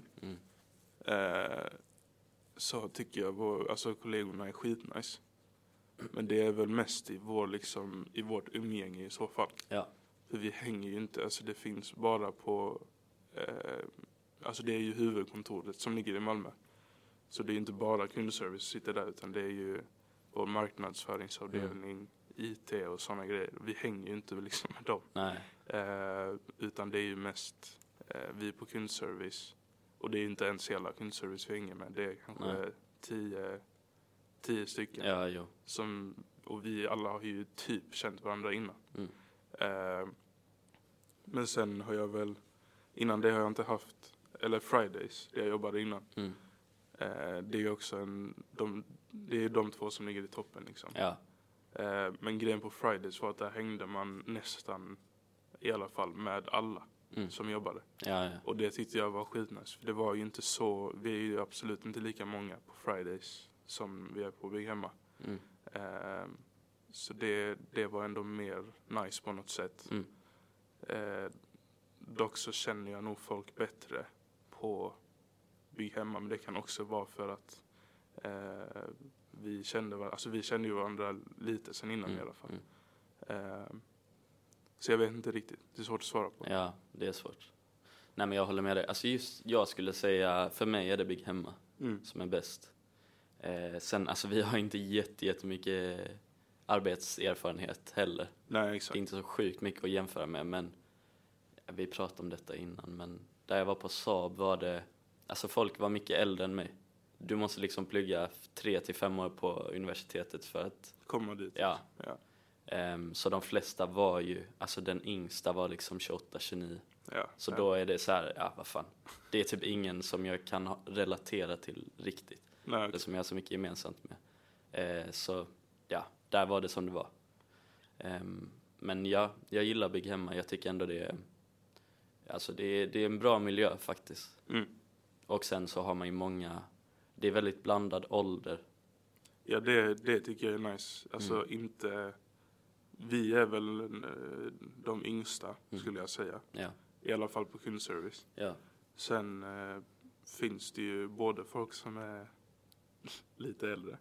så tycker jag kollegorna är skitnice. Men det är väl mest i vårt umgänge i så fall. Ja. För vi hänger ju inte, det finns bara på det är ju huvudkontoret som ligger i Malmö. Så det är inte bara kundservice som sitter där, utan det är ju vår marknadsföringsavdelning, IT och sådana grejer. Vi hänger ju inte liksom med dem. Nej. Utan det är ju mest vi på kundservice. Och det är ju inte ens hela kundservice vi hänger med. Det är kanske 10 stycken. Ja, jo. Och vi alla har ju typ känt varandra innan. Men sen har jag väl, innan det har jag inte haft, eller Fridays, det jag jobbade innan. Det är också det är de två som ligger i toppen liksom. Ja. Men grejen på Fridays var att där hängde man nästan i alla fall med alla som jobbade. Ja. Och det tyckte jag var skitnice. För det var ju inte så, vi är ju absolut inte lika många på Fridays som vi är på Bygg Hemma. Så det var ändå mer nice på något sätt. Dock så känner jag nog folk bättre på Bygg Hemma, men det kan också vara för att vi kände ju varandra lite sen innan i alla fall. Så jag vet inte riktigt. Det är svårt att svara på. Ja, det är svårt. Nej, men jag håller med dig. Alltså jag skulle säga, för mig är det Bygg Hemma som är bäst. Sen, vi har inte jättemycket arbetserfarenhet heller. Nej, exakt. Det är inte så sjukt mycket att jämföra med, men vi pratade om detta innan. Men där jag var på Saab var det, folk var mycket äldre än mig. Du måste liksom plugga 3 till 5 år på universitetet för att komma dit. Ja. Så de flesta var ju, den yngsta var liksom 28-29. Ja, så då är det så här, vad fan. Det är typ ingen som jag kan relatera till riktigt. Nej. Det som jag har så mycket gemensamt med. Så ja, där var det som det var. Men jag gillar Bygg Hemma. Jag tycker ändå det är en bra miljö faktiskt. Och sen så har man ju det är väldigt blandad ålder. Ja, det tycker jag är nice. Inte, vi är väl de yngsta skulle jag säga. Ja. I alla fall på kundservice. Ja. Sen finns det ju både folk som är lite äldre.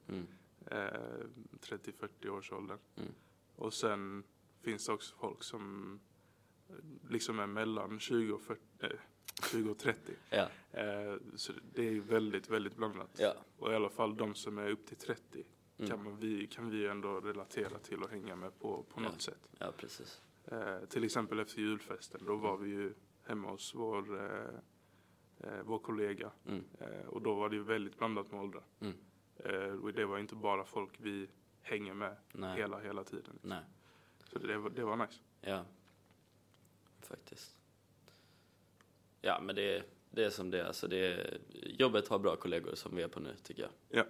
30-40 års ålder. Och sen finns det också folk som liksom är mellan 20 och 30. Ja. Så det är väldigt, väldigt blandat. Ja. Och i alla fall de som är upp till 30 kan vi ändå relatera till och hänga med på något sätt. Ja, precis. Till exempel efter julfesten, då var vi ju hemma hos vår vår kollega. Mm. Och då var det ju väldigt blandat med åldrar. Mm. Och det var inte bara folk vi hänger med hela tiden. Nej. Så det var nice. Ja, faktiskt. Ja, men det är som det är. Alltså jobbet har bra kollegor som vi är på nu, tycker jag. Ja.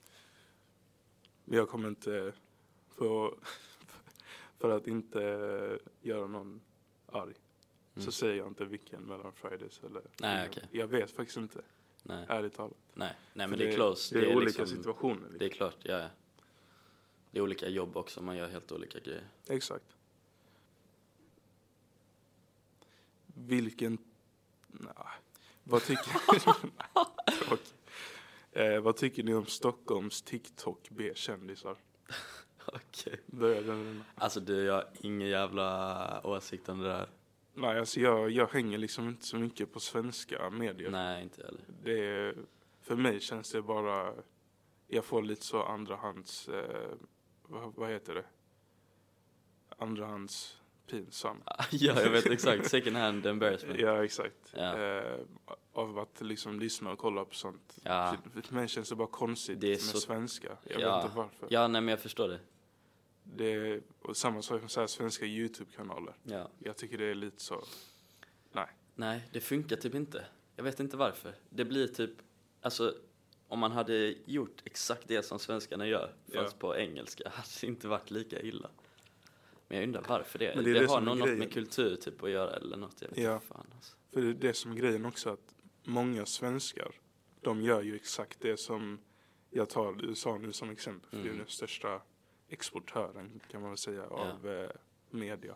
Jag kommer inte för att inte göra någon arg. Så säger jag inte vilken mellan Fridays eller... Nej, okej. Jag vet faktiskt inte. Nej. Ärligt talat. Nej, men det är close. Det är olika liksom, situationer. Liksom. Det är klart, ja. Det är olika jobb också, man gör helt olika grejer. Exakt. Vad tycker ni om Stockholms TikTok B-kändisar? Okej. Börjar den? Alltså jag har ingen jävla åsikt om det där. Nej, alltså jag hänger liksom inte så mycket på svenska medier. Nej, inte heller. För mig känns det bara... Jag får lite så andrahands... vad heter det? Andrahands pinsam. Ja, jag vet exakt. Second hand embarrassment. Ja, exakt. Ja. Av att liksom lyssna och kolla på sånt. Ja. För mig känns det bara konstigt Det är med så... svenska. Jag Ja. vet inte varför. Ja, nej, men jag förstår det. Det är och samma sak som så här svenska YouTube-kanaler. Ja. Jag tycker det är lite så... Nej, det funkar typ inte. Jag vet inte varför. Det blir typ... Alltså, om man hade gjort exakt det som svenskarna gör, fast på engelska, hade det inte varit lika illa. Men jag undrar varför det. Men det har som är nog något grejen. med kultur typ att göra eller något. Jag vet inte fan, alltså. För det är det som är grejen också, att många svenskar, de gör ju exakt det som jag tar USA nu som exempel. För det är den största exportören, kan man väl säga, av media.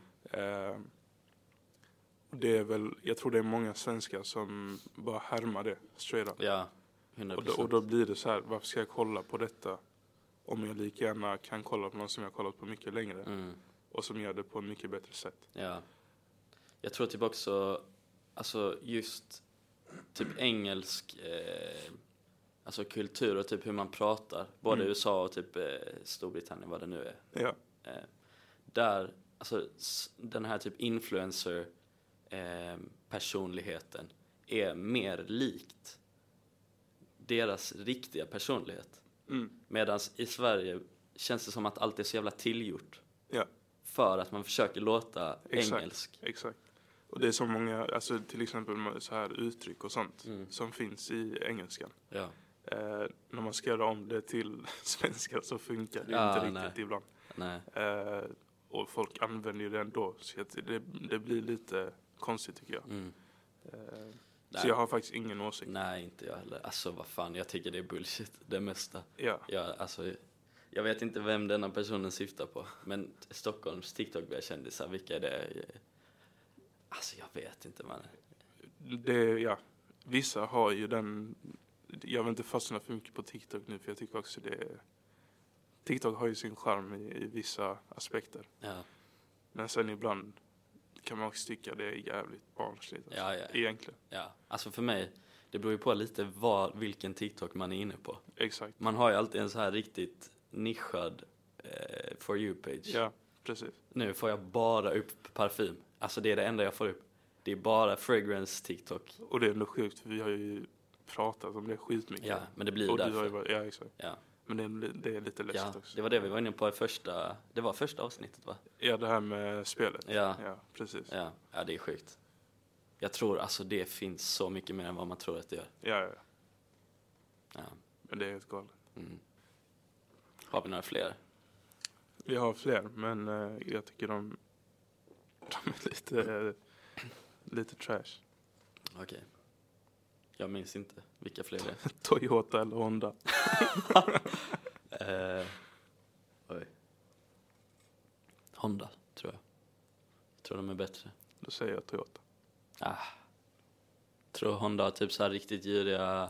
Det är väl, jag tror det är många svenskar som bara härmar det straight up. Ja, 100%. Och då blir det så här, varför ska jag kolla på detta om jag lika gärna kan kolla på något som jag har kollat på mycket längre och som gör det på ett mycket bättre sätt. Ja. Jag tror typ också, alltså just typ engelsk alltså kultur och typ hur man pratar, både USA och typ Storbritannien, vad det nu är. Ja. Där, alltså den här typ influencer personligheten är mer likt deras riktiga personlighet. Medan i Sverige känns det som att allt är så jävla tillgjort. Ja. För att man försöker låta engelsk. Exakt. Och det är så många, alltså till exempel så här uttryck och sånt som finns i engelskan. Ja. När man ska göra om det till svenska så funkar det inte riktigt ibland. Nej. Och folk använder ju det ändå. Så att det blir lite konstigt tycker jag. Så jag har faktiskt ingen åsikt. Nej, inte jag heller. Alltså vad fan, jag tycker det är bullshit, det mesta. Ja. Jag vet inte vem denna personen syftar på. Men Stockholms TikTok-kändisar, vilka är det? Alltså jag vet inte, man. Vissa har ju den... Jag vill inte fastna för mycket på TikTok nu, för jag tycker också TikTok har ju sin charm i vissa aspekter. Ja. Men sen ibland kan man också tycka det är jävligt barnsligt. Alltså, Ja. Egentligen. Ja, alltså för mig, det beror ju på lite vilken TikTok man är inne på. Exakt. Man har ju alltid en så här riktigt nischad For You-page. Ja, precis. Nu får jag bara upp parfym. Alltså det är det enda jag får upp. Det är bara fragrance TikTok. Och det är ändå sjukt, för vi har ju pratat om det skitmycket. Ja, men det blir och därför. Ja, exakt. Ja. Men det är lite läskigt också. Det var det vi var inne på i första avsnittet, va? Ja, det här med spelet. Ja, precis. Ja, det är sjukt. Jag tror alltså det finns så mycket mer än vad man tror att det gör. Ja. Men det är helt galet. Har vi några fler? Vi har fler, men jag tycker de är lite trash. Okej. Jag minns inte vilka fler det är. Toyota eller Honda? Oj. Honda, tror jag. Jag tror de är bättre. Då säger jag Toyota. Jag tror Honda har typ så här riktigt gyriga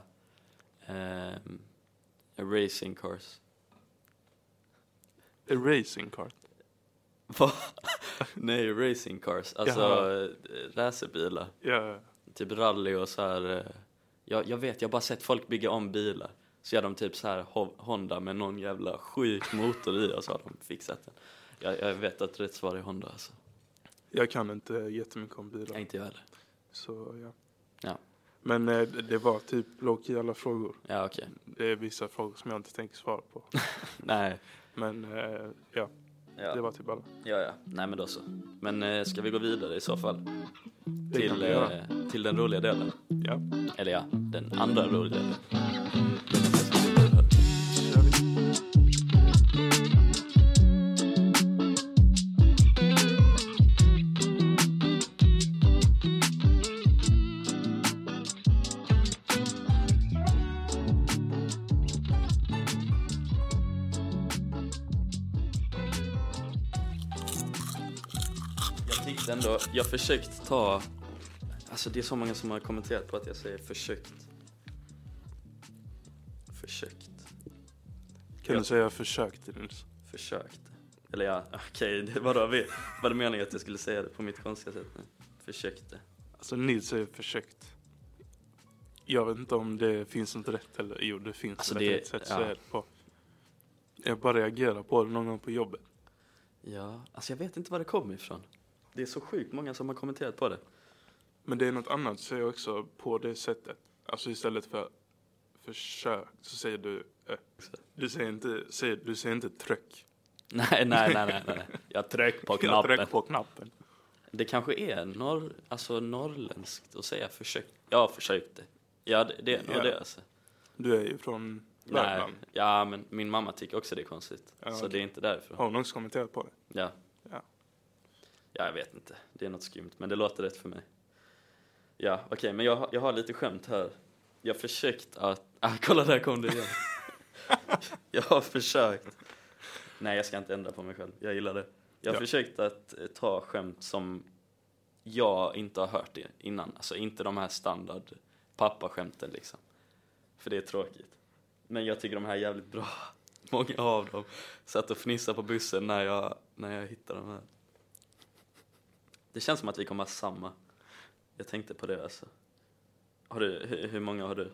racing cars. Racing car? Va? Nej, racing cars. Alltså racerbilar. Ja. Typ rally och så här. Jag vet, jag har bara sett folk bygga om bilar. Så gör de typ så här Honda med någon jävla sjuk motor i, och så har de fixat den. Jag vet att rätt svar är Honda, alltså. Jag kan inte jättemycket om bilar. Jag inte jag heller. Så ja. Ja. Men det var typ låg i alla frågor. Ja, okej. Det är vissa frågor som jag inte tänker svara på. Nej. Men ja, det var typ alla. Ja. Nej, men då så. Men ska vi gå vidare i så fall? Det kan vi göra. Till den roliga delen. Ja. Eller ja, den andra roliga delen. Kör vi. Jag tyckte ändå, jag försökt ta... Alltså det är så många som har kommenterat på att jag säger försökt. Kan du säga försökte Nils? Försökt. Eller ja, okej, det var det meningen att jag skulle säga det på mitt konstiga sätt nu. Försökte. Alltså Nils säger försökt. Jag vet inte om det finns något rätt eller... Jo, det finns alltså ett sätt att säga det på. Jag bara reagerar på det någon gång på jobbet. Ja, alltså jag vet inte var det kommer ifrån. Det är så sjukt många som har kommenterat på det. Men det är något annat säger jag också på det sättet. Alltså istället för försök så säger du... Du säger inte tryck. Nej. Jag tryck på knappen. Jag tryck på knappen. Det kanske är norrländskt att säga försök. Jag försökte. Ja, det är nog det alltså. Du är ju från Värmland. Nej, ja, men min mamma tycker också det är konstigt. Ja, så okej. det är inte därför. Har hon också kommenterat på det? Ja. Ja. Ja, jag vet inte. Det är något skumt, men det låter rätt för mig. Ja, okej, men jag har lite skämt här. Jag har försökt att... kolla, där kom det igen. Jag har försökt... Nej, jag ska inte ändra på mig själv. Jag gillar det. Jag har försökt att ta skämt som jag inte har hört det innan. Alltså inte de här standard pappaskämten liksom. För det är tråkigt. Men jag tycker de här är jävligt bra. Många av dem satt och fnissade på bussen när jag hittade de här. Det känns som att vi kommer ha samma. Jag tänkte på det alltså. Har du, hur många har du?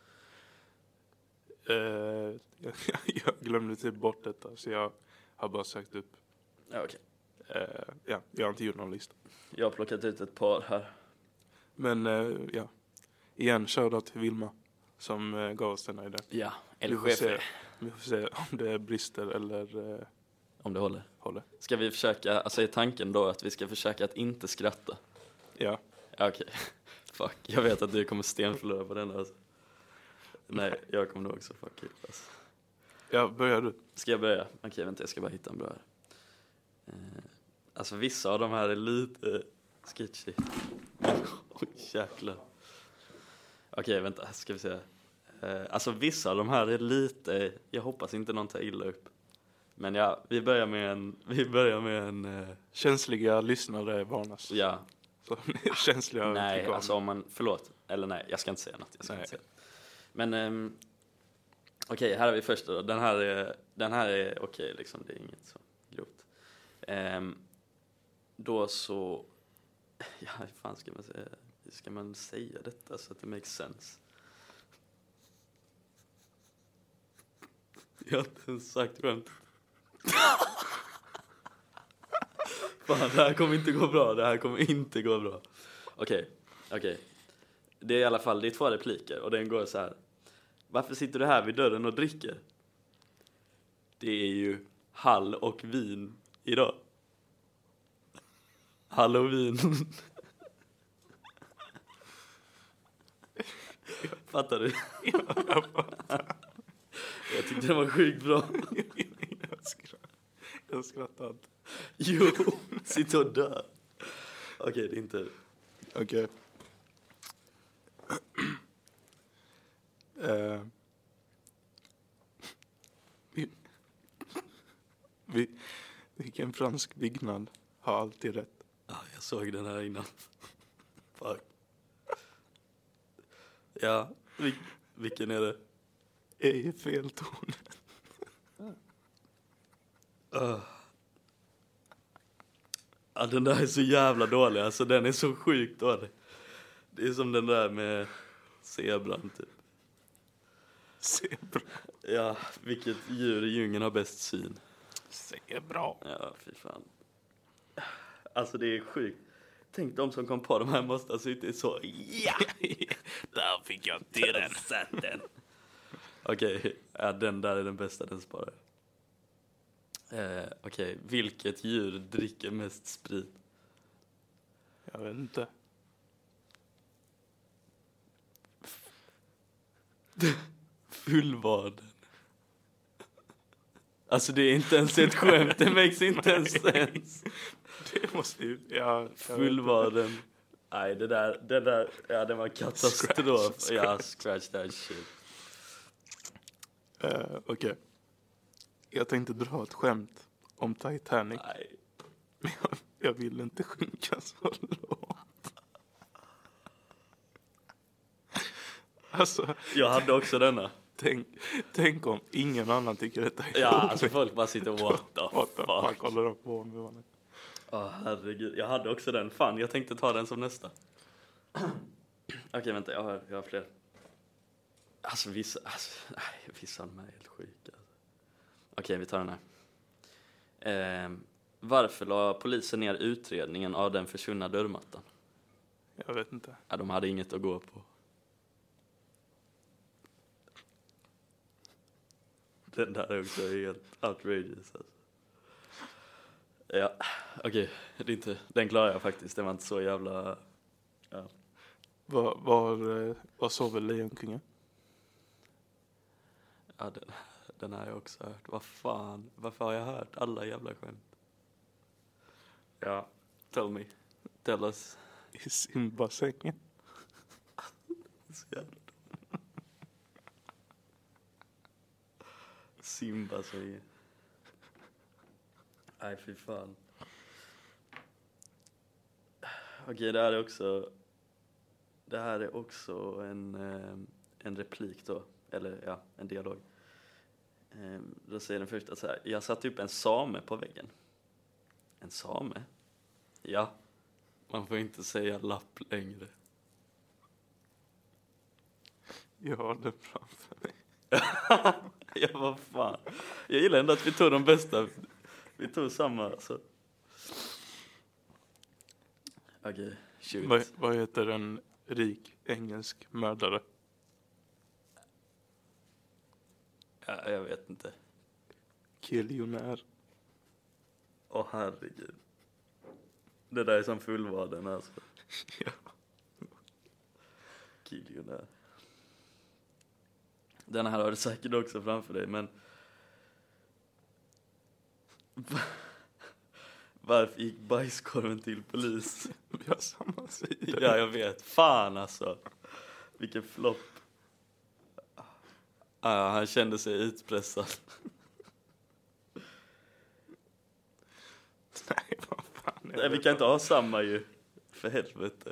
Jag glömde typ bort detta. Så jag har bara sagt upp. Ja, okej. Jag har inte gjort någon lista. Jag har plockat ut ett par här. Men ja. Igen, shoutout till Vilma. Som gav oss den här idén. Ja, Vi eller får chefer. Vi får se om det brister eller Om det håller. håller. Ska vi försöka, alltså är tanken då att vi ska försöka att inte skratta? Ja. Okej. Fuck, jag vet att du kommer stenförlora på den alltså. Nej, jag kommer nog också fuck it alltså. Ja, börjar du? Ska jag börja? Okej, vänta, jag ska bara hitta en bra här. Alltså vissa av de här är lite sketchy. Oj, jäklar. Okej, vänta, ska vi se. Alltså vissa av de här är lite, jag hoppas inte någon tar illa upp. Men ja, vi börjar med en Känsliga lyssnare varnas. ja. Så känsliga. Nej, alltså om man, förlåt. Eller nej, jag ska inte säga något. Inte säga. Men okej, här har vi först då. Den här är okej, liksom, det är inget så grovt. Då så, ja, hur fan ska man säga? Ska man säga detta så att det makes sense? Jag har inte ens sagt skämt. Fan, det här kommer inte gå bra. Okej. Det är i alla fall, det är 2 repliker och den går så här. Varför sitter du här vid dörren och dricker? Det är ju hall och vin idag. Halloween. Fattar du? Jag tyckte det var sjukt bra. Jag skrattar inte. Jo, sitt och dö. Okej, det är inte... Okej. Vilken fransk byggnad har alltid rätt? Ja, jag såg den här innan. Fuck. Ja, vilken är det? Eiffeltornet. Ja, den där är så jävla dålig. Alltså, den är så sjukt dålig. Det är som den där med zebran, typ. Zebra. Ja, vilket djur i djungeln har bäst syn? Zebra. Ja, fy fan. Alltså, det är sjukt. Tänk de som kom på de här måste ha suttit så. Ja! Där fick jag till den. Satt den. Okej, ja, den där är den bästa, den sparar jag. Okej, vilket djur dricker mest sprit? Jag vet inte. Fullvaden. Alltså det är inte ens ett skämt, det makes inte ens sens. Det måste ju... Ja, Fullvaden. Nej, det där, ja, det var katastrof. Ja, scratch that shit. Okej. Jag tänkte dra ett skämt om Titanic. Nej. Men jag vill inte sjunka så långt. Alltså, Jag hade också denna. tänk om ingen annan tycker detta är Ja, roligt. alltså folk bara sitter what the fuck. Håller de på med? Herregud, jag hade också den. Fan, jag tänkte ta den som nästa. Okej, vänta, jag har fler. Alltså vissa av de här är helt sjuka. Alltså. Okej, vi tar den här. Varför la polisen ner utredningen av den försvunna dörrmattan? Jag vet inte. Ja, de hade inget att gå på. Den där är också helt outrageous. Alltså. Ja, okej. Det är inte, den klarar jag faktiskt. Den var inte så jävla... Ja. Vad sa väl Lejonkungen? Ja, den har jag också hört. Vad fan? Varför har jag hört alla jävla skämt? Ja, tell us. I simbassängen. Så jävla Simba säger. Nej, fy fan. Okej, det här är också en replik då. Eller ja, en dialog. Då säger den första så här. Jag satt upp en same på väggen. En same? Ja. Man får inte säga lapp längre. Jag har den framför mig. Ja, vad fan. Jag gillar ändå att vi tog de bästa. Vi tog samma, alltså. Okej, shoot. Vad heter en rik engelsk mördare? Ja, jag vet inte. Kiljonär. Åh, herregud. Det där är som fullvaden, alltså. Ja. Kiljonär. Den här har du säkert också framför dig, men... Varför gick bajskorven till polis? Vi har samma sida. Ja, jag vet. Fan, alltså. Vilken flopp. Han kände sig utpressad. Nej, vad fan är Nej, vi kan inte ha samma ju. För helvete.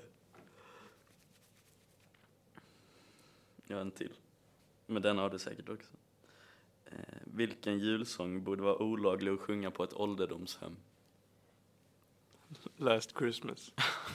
Jag har en till. Men den har du säkert också. Vilken julsång borde vara olaglig att sjunga på ett ålderdomshem? Last Christmas.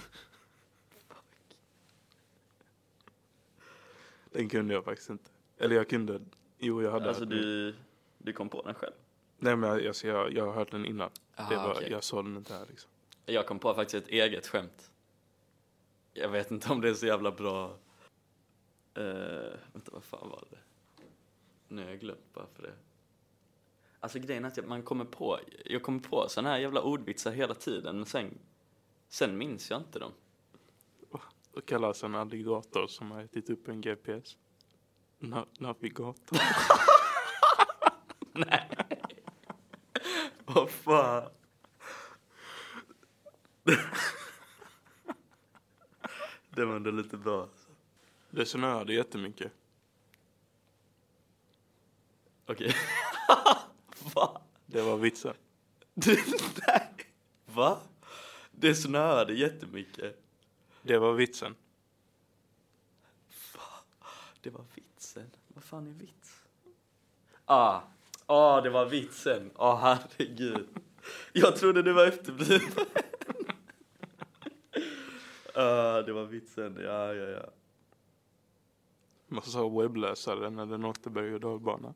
Den kunde jag faktiskt inte. Eller jag kunde... Jo, jag hade... Alltså du kom på den själv? Nej, men jag har hört den innan. Aha, okay. Jag sa den inte här liksom. Jag kom på faktiskt ett eget skämt. Jag vet inte om det är så jävla bra. Vänta, vad fan var det? Nu har jag glömt bara för det. Alltså grejen är att jag kommer på såna här jävla ordvitsar hela tiden. Men sen minns jag inte dem. Och kallas en alligator som har ätit upp en GPS. Navigator. Nej. Vad fan. Det var ändå lite bra. Det snöade jättemycket. Okej. Va? Det var vitsen. Nej. Va? Det snöade jättemycket. Det var vitsen. Va? Det var vitsen. Vad fan är vits? Det var vitsen. Herregud. Jag trodde det var efterbliven. Det var vitsen. Ja. Man sa webbläsaren när den åkte berg- och dalbana.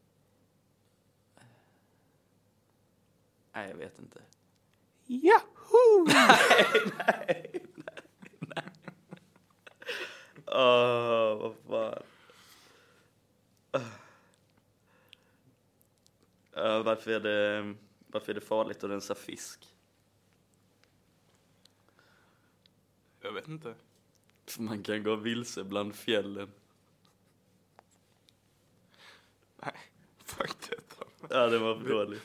Nej, jag vet inte. Yahoo! Nej. Vad fan. Varför är det farligt att rensa fisk? Jag vet inte. För man kan gå vilse bland fjällen. Nej, fuck detta. Ja, det var för dåligt.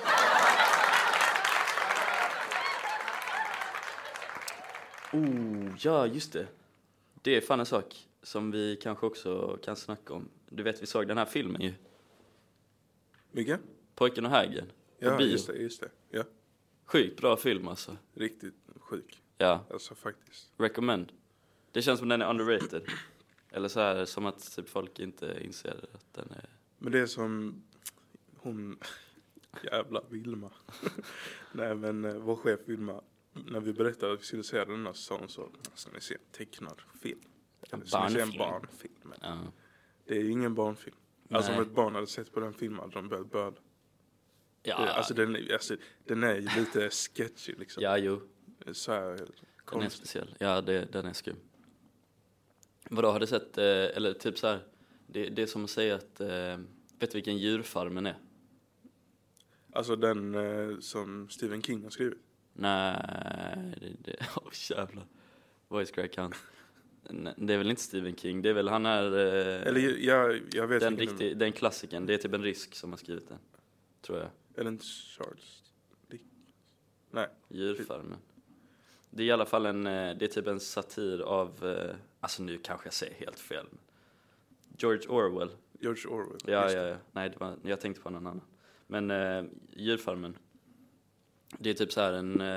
Ja, just det. Det är fan en sak som vi kanske också kan snacka om. Du vet, vi såg den här filmen ju. Vilken? Pojken och hägen. Ja, just det. Ja. Sjukt bra film alltså. Riktigt sjuk. Ja, Alltså faktiskt. recommend. Det känns som den är underrated. Eller så här, som att typ folk inte inser att den är... Men det är som hon... Jävla Vilma. Nej, men vår chef Vilma, när vi berättade att vi skulle se den här säsongen så alltså, ni ser en tecknad film. Eller så ni ser en barnfilm. Ja. Det är ingen barnfilm. Alltså Nej. om ett barn hade sett på den filmen hade de börjat böla. Ja, Alltså den är ju lite sketchy liksom. ja, jo. Så här Den är konstigt. speciell. Ja, den är skum. Vadå, har du sett, eller typ så här, det är som att säga att, vet du vilken djurfarmen är? Alltså den som Stephen King har skrivit. Nej, jävlar. Voice crack han. Det är väl inte Stephen King, det är väl han är... Eller jag vet inte. Den klassiken, det är typ en rysk som har skrivit den, tror jag. Eller inte Charles Dickens. Nej. Djurfarmen. Det är i alla fall det är typ en satir av, alltså nu kanske jag säger helt fel. George Orwell. George Orwell. Ja. Nej, jag tänkte på någon annan. Men Djurfarmen. Det är typ så här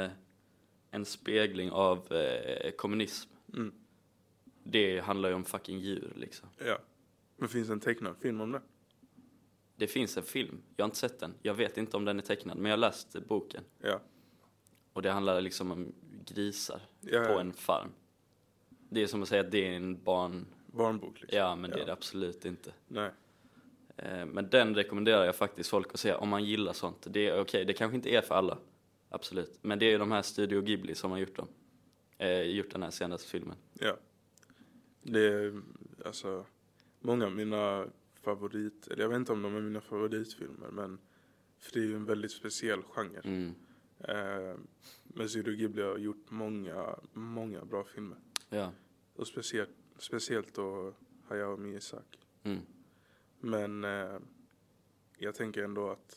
en spegling av kommunism. Mm. Det handlar ju om fucking djur liksom. Ja. Men finns det en tecknad film om det? Det finns en film. Jag har inte sett den. Jag vet inte om den är tecknad, men jag har läst boken. Ja. Och det handlar liksom om grisar Ja. på en farm. Det är som att säga att det är en Barnbok liksom. Ja, men det är det absolut inte. Nej. Men den rekommenderar jag faktiskt folk att se om man gillar sånt. Det är okej, det kanske inte är för alla. Absolut. Men det är de här Studio Ghibli som har gjort dem. Gjort den här senaste filmen. Ja. Det är alltså många av mina eller jag vet inte om de är mina favoritfilmer, men för det är ju en väldigt speciell genre. Mm. Men Studio Ghibli har gjort många bra filmer. Ja. Och speciellt då Hayao Miyazaki. Mm. Men jag tänker ändå att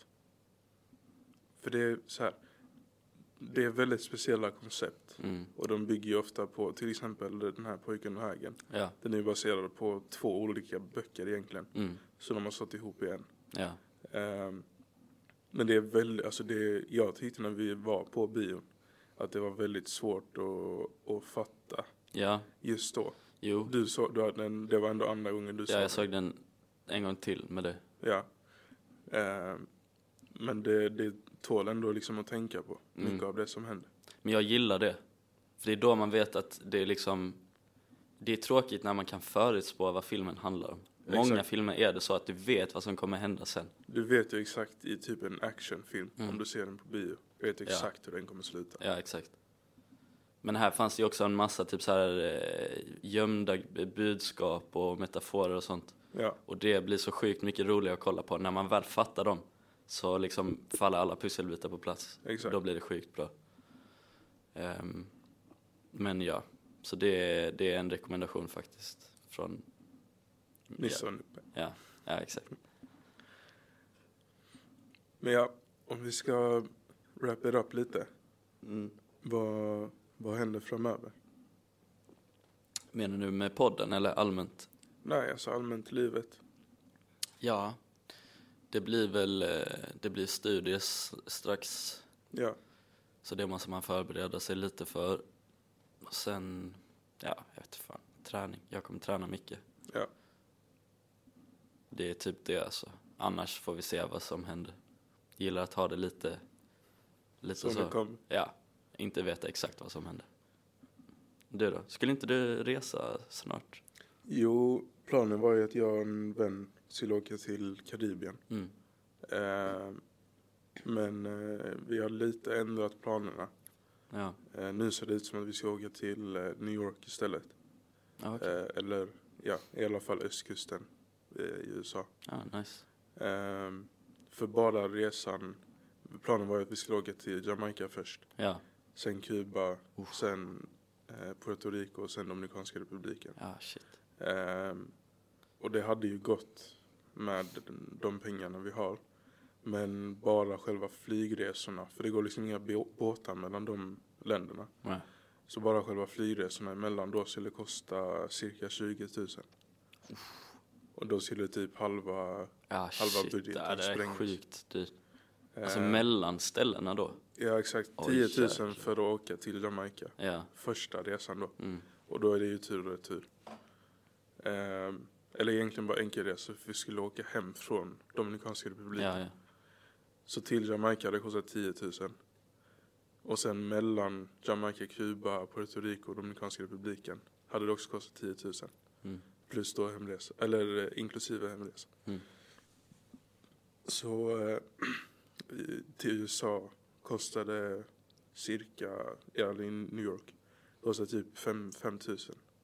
för det är så här, det är väldigt speciella koncept. Mm. Och de bygger ju ofta på till exempel den här Pojken och hägen. Ja. Den är ju baserad på 2 olika böcker egentligen. Mm. Så de har satt ihop i en. Ja. Men det är väldigt, alltså jag tyckte när vi var på bion att det var väldigt svårt att fatta Ja. just då. Jo. Det var ändå andra gången du såg Ja, den. jag såg den en gång till med det. Ja. Men det tål ändå liksom att tänka på mycket av det som händer. Men jag gillar det. För det är då man vet att det är liksom... Det är tråkigt när man kan förutspå vad filmen handlar om. Exakt. Många filmer är det så att du vet vad som kommer hända sen. Du vet ju exakt i typ en actionfilm om du ser den på bio. Du vet exakt hur den kommer sluta. Ja, exakt. Men här fanns det ju också en massa typ så här gömda budskap och metaforer och sånt. Ja. Och det blir så sjukt mycket roligare att kolla på. När man väl fattar dem så liksom faller alla pusselbitar på plats. Exakt. Då blir det sjukt bra. Men ja, så det är en rekommendation faktiskt. Från... Nissan uppe. Ja, exakt. Men ja, om vi ska wrap it up lite. Mm. Vad händer framöver? Menar du med podden eller allmänt? Nej, alltså allmänt livet. Ja, det blir studier strax. Ja. Så det måste man förbereda sig lite för. Och sen, jag vet fan, träning. Jag kommer träna mycket. Ja. Det är typ det alltså. Annars får vi se vad som händer. Gillar att ha det lite Som så. det kom. Ja, inte veta exakt vad som händer. Du då? Skulle inte du resa snart? Jo, planen var ju att jag och en vän skulle åka till Karibien. Mm. Men vi har lite ändrat planerna. Ja. Nu ser det ut som att vi ska åka till New York istället. Ja, okej. Eller ja, i alla fall östkusten i USA. Ja, nice. För bara resan, planen var att vi skulle åka till Jamaica först. Ja. Sen Kuba, sen Puerto Rico och sen Dominikanska republiken. Ja, shit. Och det hade ju gått med de pengarna vi har. Men bara själva flygresorna, för det går liksom inga båtar mellan de länderna. Nej. Så bara själva flygresorna emellan då skulle kosta cirka 20 000. Och då skulle typ halva shit, budgeten det är sprängas. sjukt dyrt. Alltså mellan ställena då? Ja, exakt. Oj, 10 000 jäklar. för att åka till Jamaica. Ja. Första resan då. Mm. Och då är det ju tur och retur. Eller egentligen bara enkelresor, för vi skulle åka hem från Dominikanska republiken. Ja. Så till Jamaica det kostar 10 000. Och sen mellan Jamaica, Kuba, Puerto Rico och Dominikanska republiken hade det också kostat 10 000. Mm. Plus då hemresa, eller inklusive hemresa. Mm. Så till USA kostade cirka, eller i New York, kostade typ 5 000.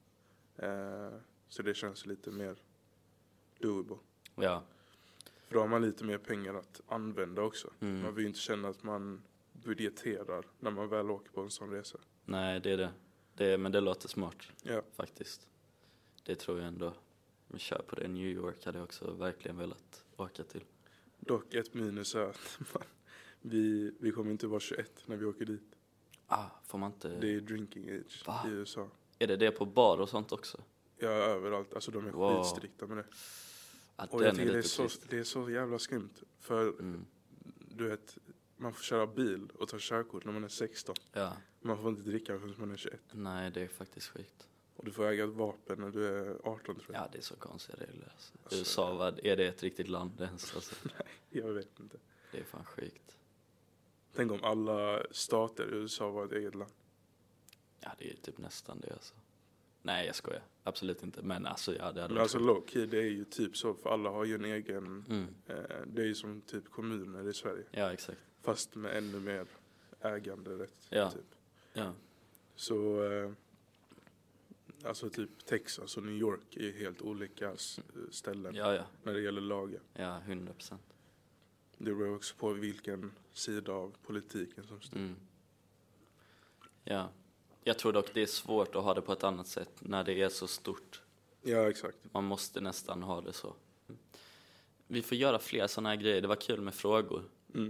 Så det känns lite mer doable. Ja. För då har man lite mer pengar att använda också. Mm. Man vill ju inte känna att man budgeterar när man väl åker på en sån resa. Nej, det är det. Men det låter smart. Ja. Faktiskt. Det tror jag ändå. Vi kör på det. New York hade jag också verkligen velat åka till. Dock ett minus är att vi kommer inte vara 21 när vi åker dit. Får man inte... Det är drinking age i USA. Är det på bar och sånt också? Ja, överallt. Alltså de är skitstrikta med det. Och jag tycker det är så jävla skumt. För du vet, man får köra bil och ta körkort när man är 16. Ja. Man får inte dricka förrän man är 21. Nej, det är faktiskt sjukt. Och du får äga ett vapen när du är 18, tror jag. Ja, det är så konstiga regler. Alltså. USA, är det ett riktigt land ens? Alltså? Nej, jag vet inte. Det är fan sjukt. Tänk om alla stater i USA var ett eget land. Ja, det är typ nästan det alltså. Nej, jag skojar. Absolut inte. Men alltså, ja, det hade Men alltså low-key, det är ju typ så. För alla har ju en egen... det är ju som typ kommuner i Sverige. Ja, exakt. Fast med ännu mer äganderätt. Ja. Typ. Ja. Så... alltså typ Texas och New York är helt olika ställen. Ja. När det gäller lagar. Ja, 100%. Det beror också på vilken sida av politiken som styr. Ja. Jag tror dock det är svårt att ha det på ett annat sätt när det är så stort. Ja, exakt. Man måste nästan ha det så. Vi får göra fler sådana här grejer. Det var kul med frågor.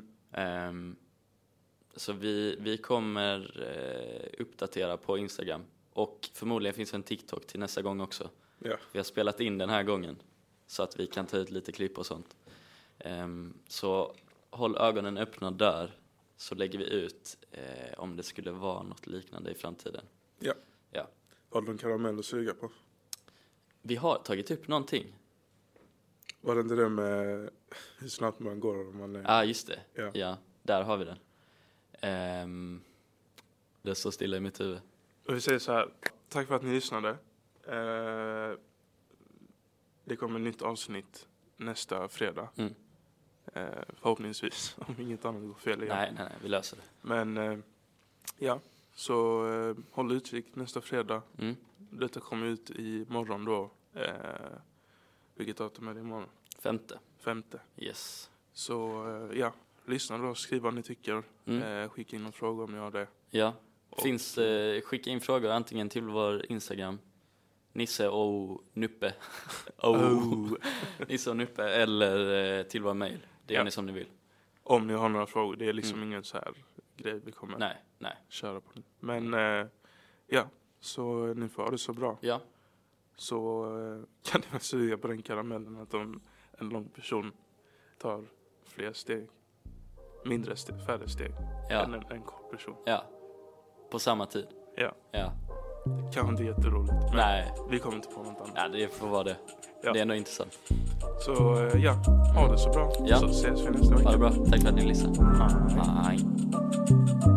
Så vi kommer uppdatera på Instagram. Och förmodligen finns en TikTok till nästa gång också. Ja. Vi har spelat in den här gången. Så att vi kan ta ut lite klipp och sånt. Så håll ögonen öppna där. Så lägger vi ut om det skulle vara något liknande i framtiden. Ja. Ja. Har du en karamell att suga på? Vi har tagit upp någonting. Var det inte det med hur snabbt man går om man är... Ja, just det. Ja. Ja, där har vi den. Det står stilla i mitt huvud. Och vi säger så här. Tack för att ni lyssnade. Det kommer ett nytt avsnitt nästa fredag. Förhoppningsvis. Om inget annat går fel igen. Nej, vi löser det. Men ja, så håll utkik nästa fredag. Detta kommer ut i morgon då. Vilket datum är det imorgon? 5:e. Yes. Så ja, lyssna då. Skriv vad ni tycker. Skicka in någon fråga om ni har det. Ja, skicka in frågor antingen till vår Instagram. Nisse och Nuppe. Nisse och Nuppe. Eller till vår mail. Det gör ni som ni vill. Om ni har några frågor. Det är liksom ingen så här grej vi kommer köra på. Men ja, så ni får ha det så bra. Ja. Så kan ni väl suga på den karamellen att om en lång person tar fler steg. Mindre steg, färre steg. Än en kort person. Ja. På samma tid. Ja. Ja. Det kanske inte är jätteroligt. Men nej. Vi kommer inte på något annat. Ja, det får vara det. Ja. Det är ändå intressant. Så ja, ha det så bra. Ja. Så ses vi nästa vecka. Ha det bra. Tack för att ni lyssnade. Hej.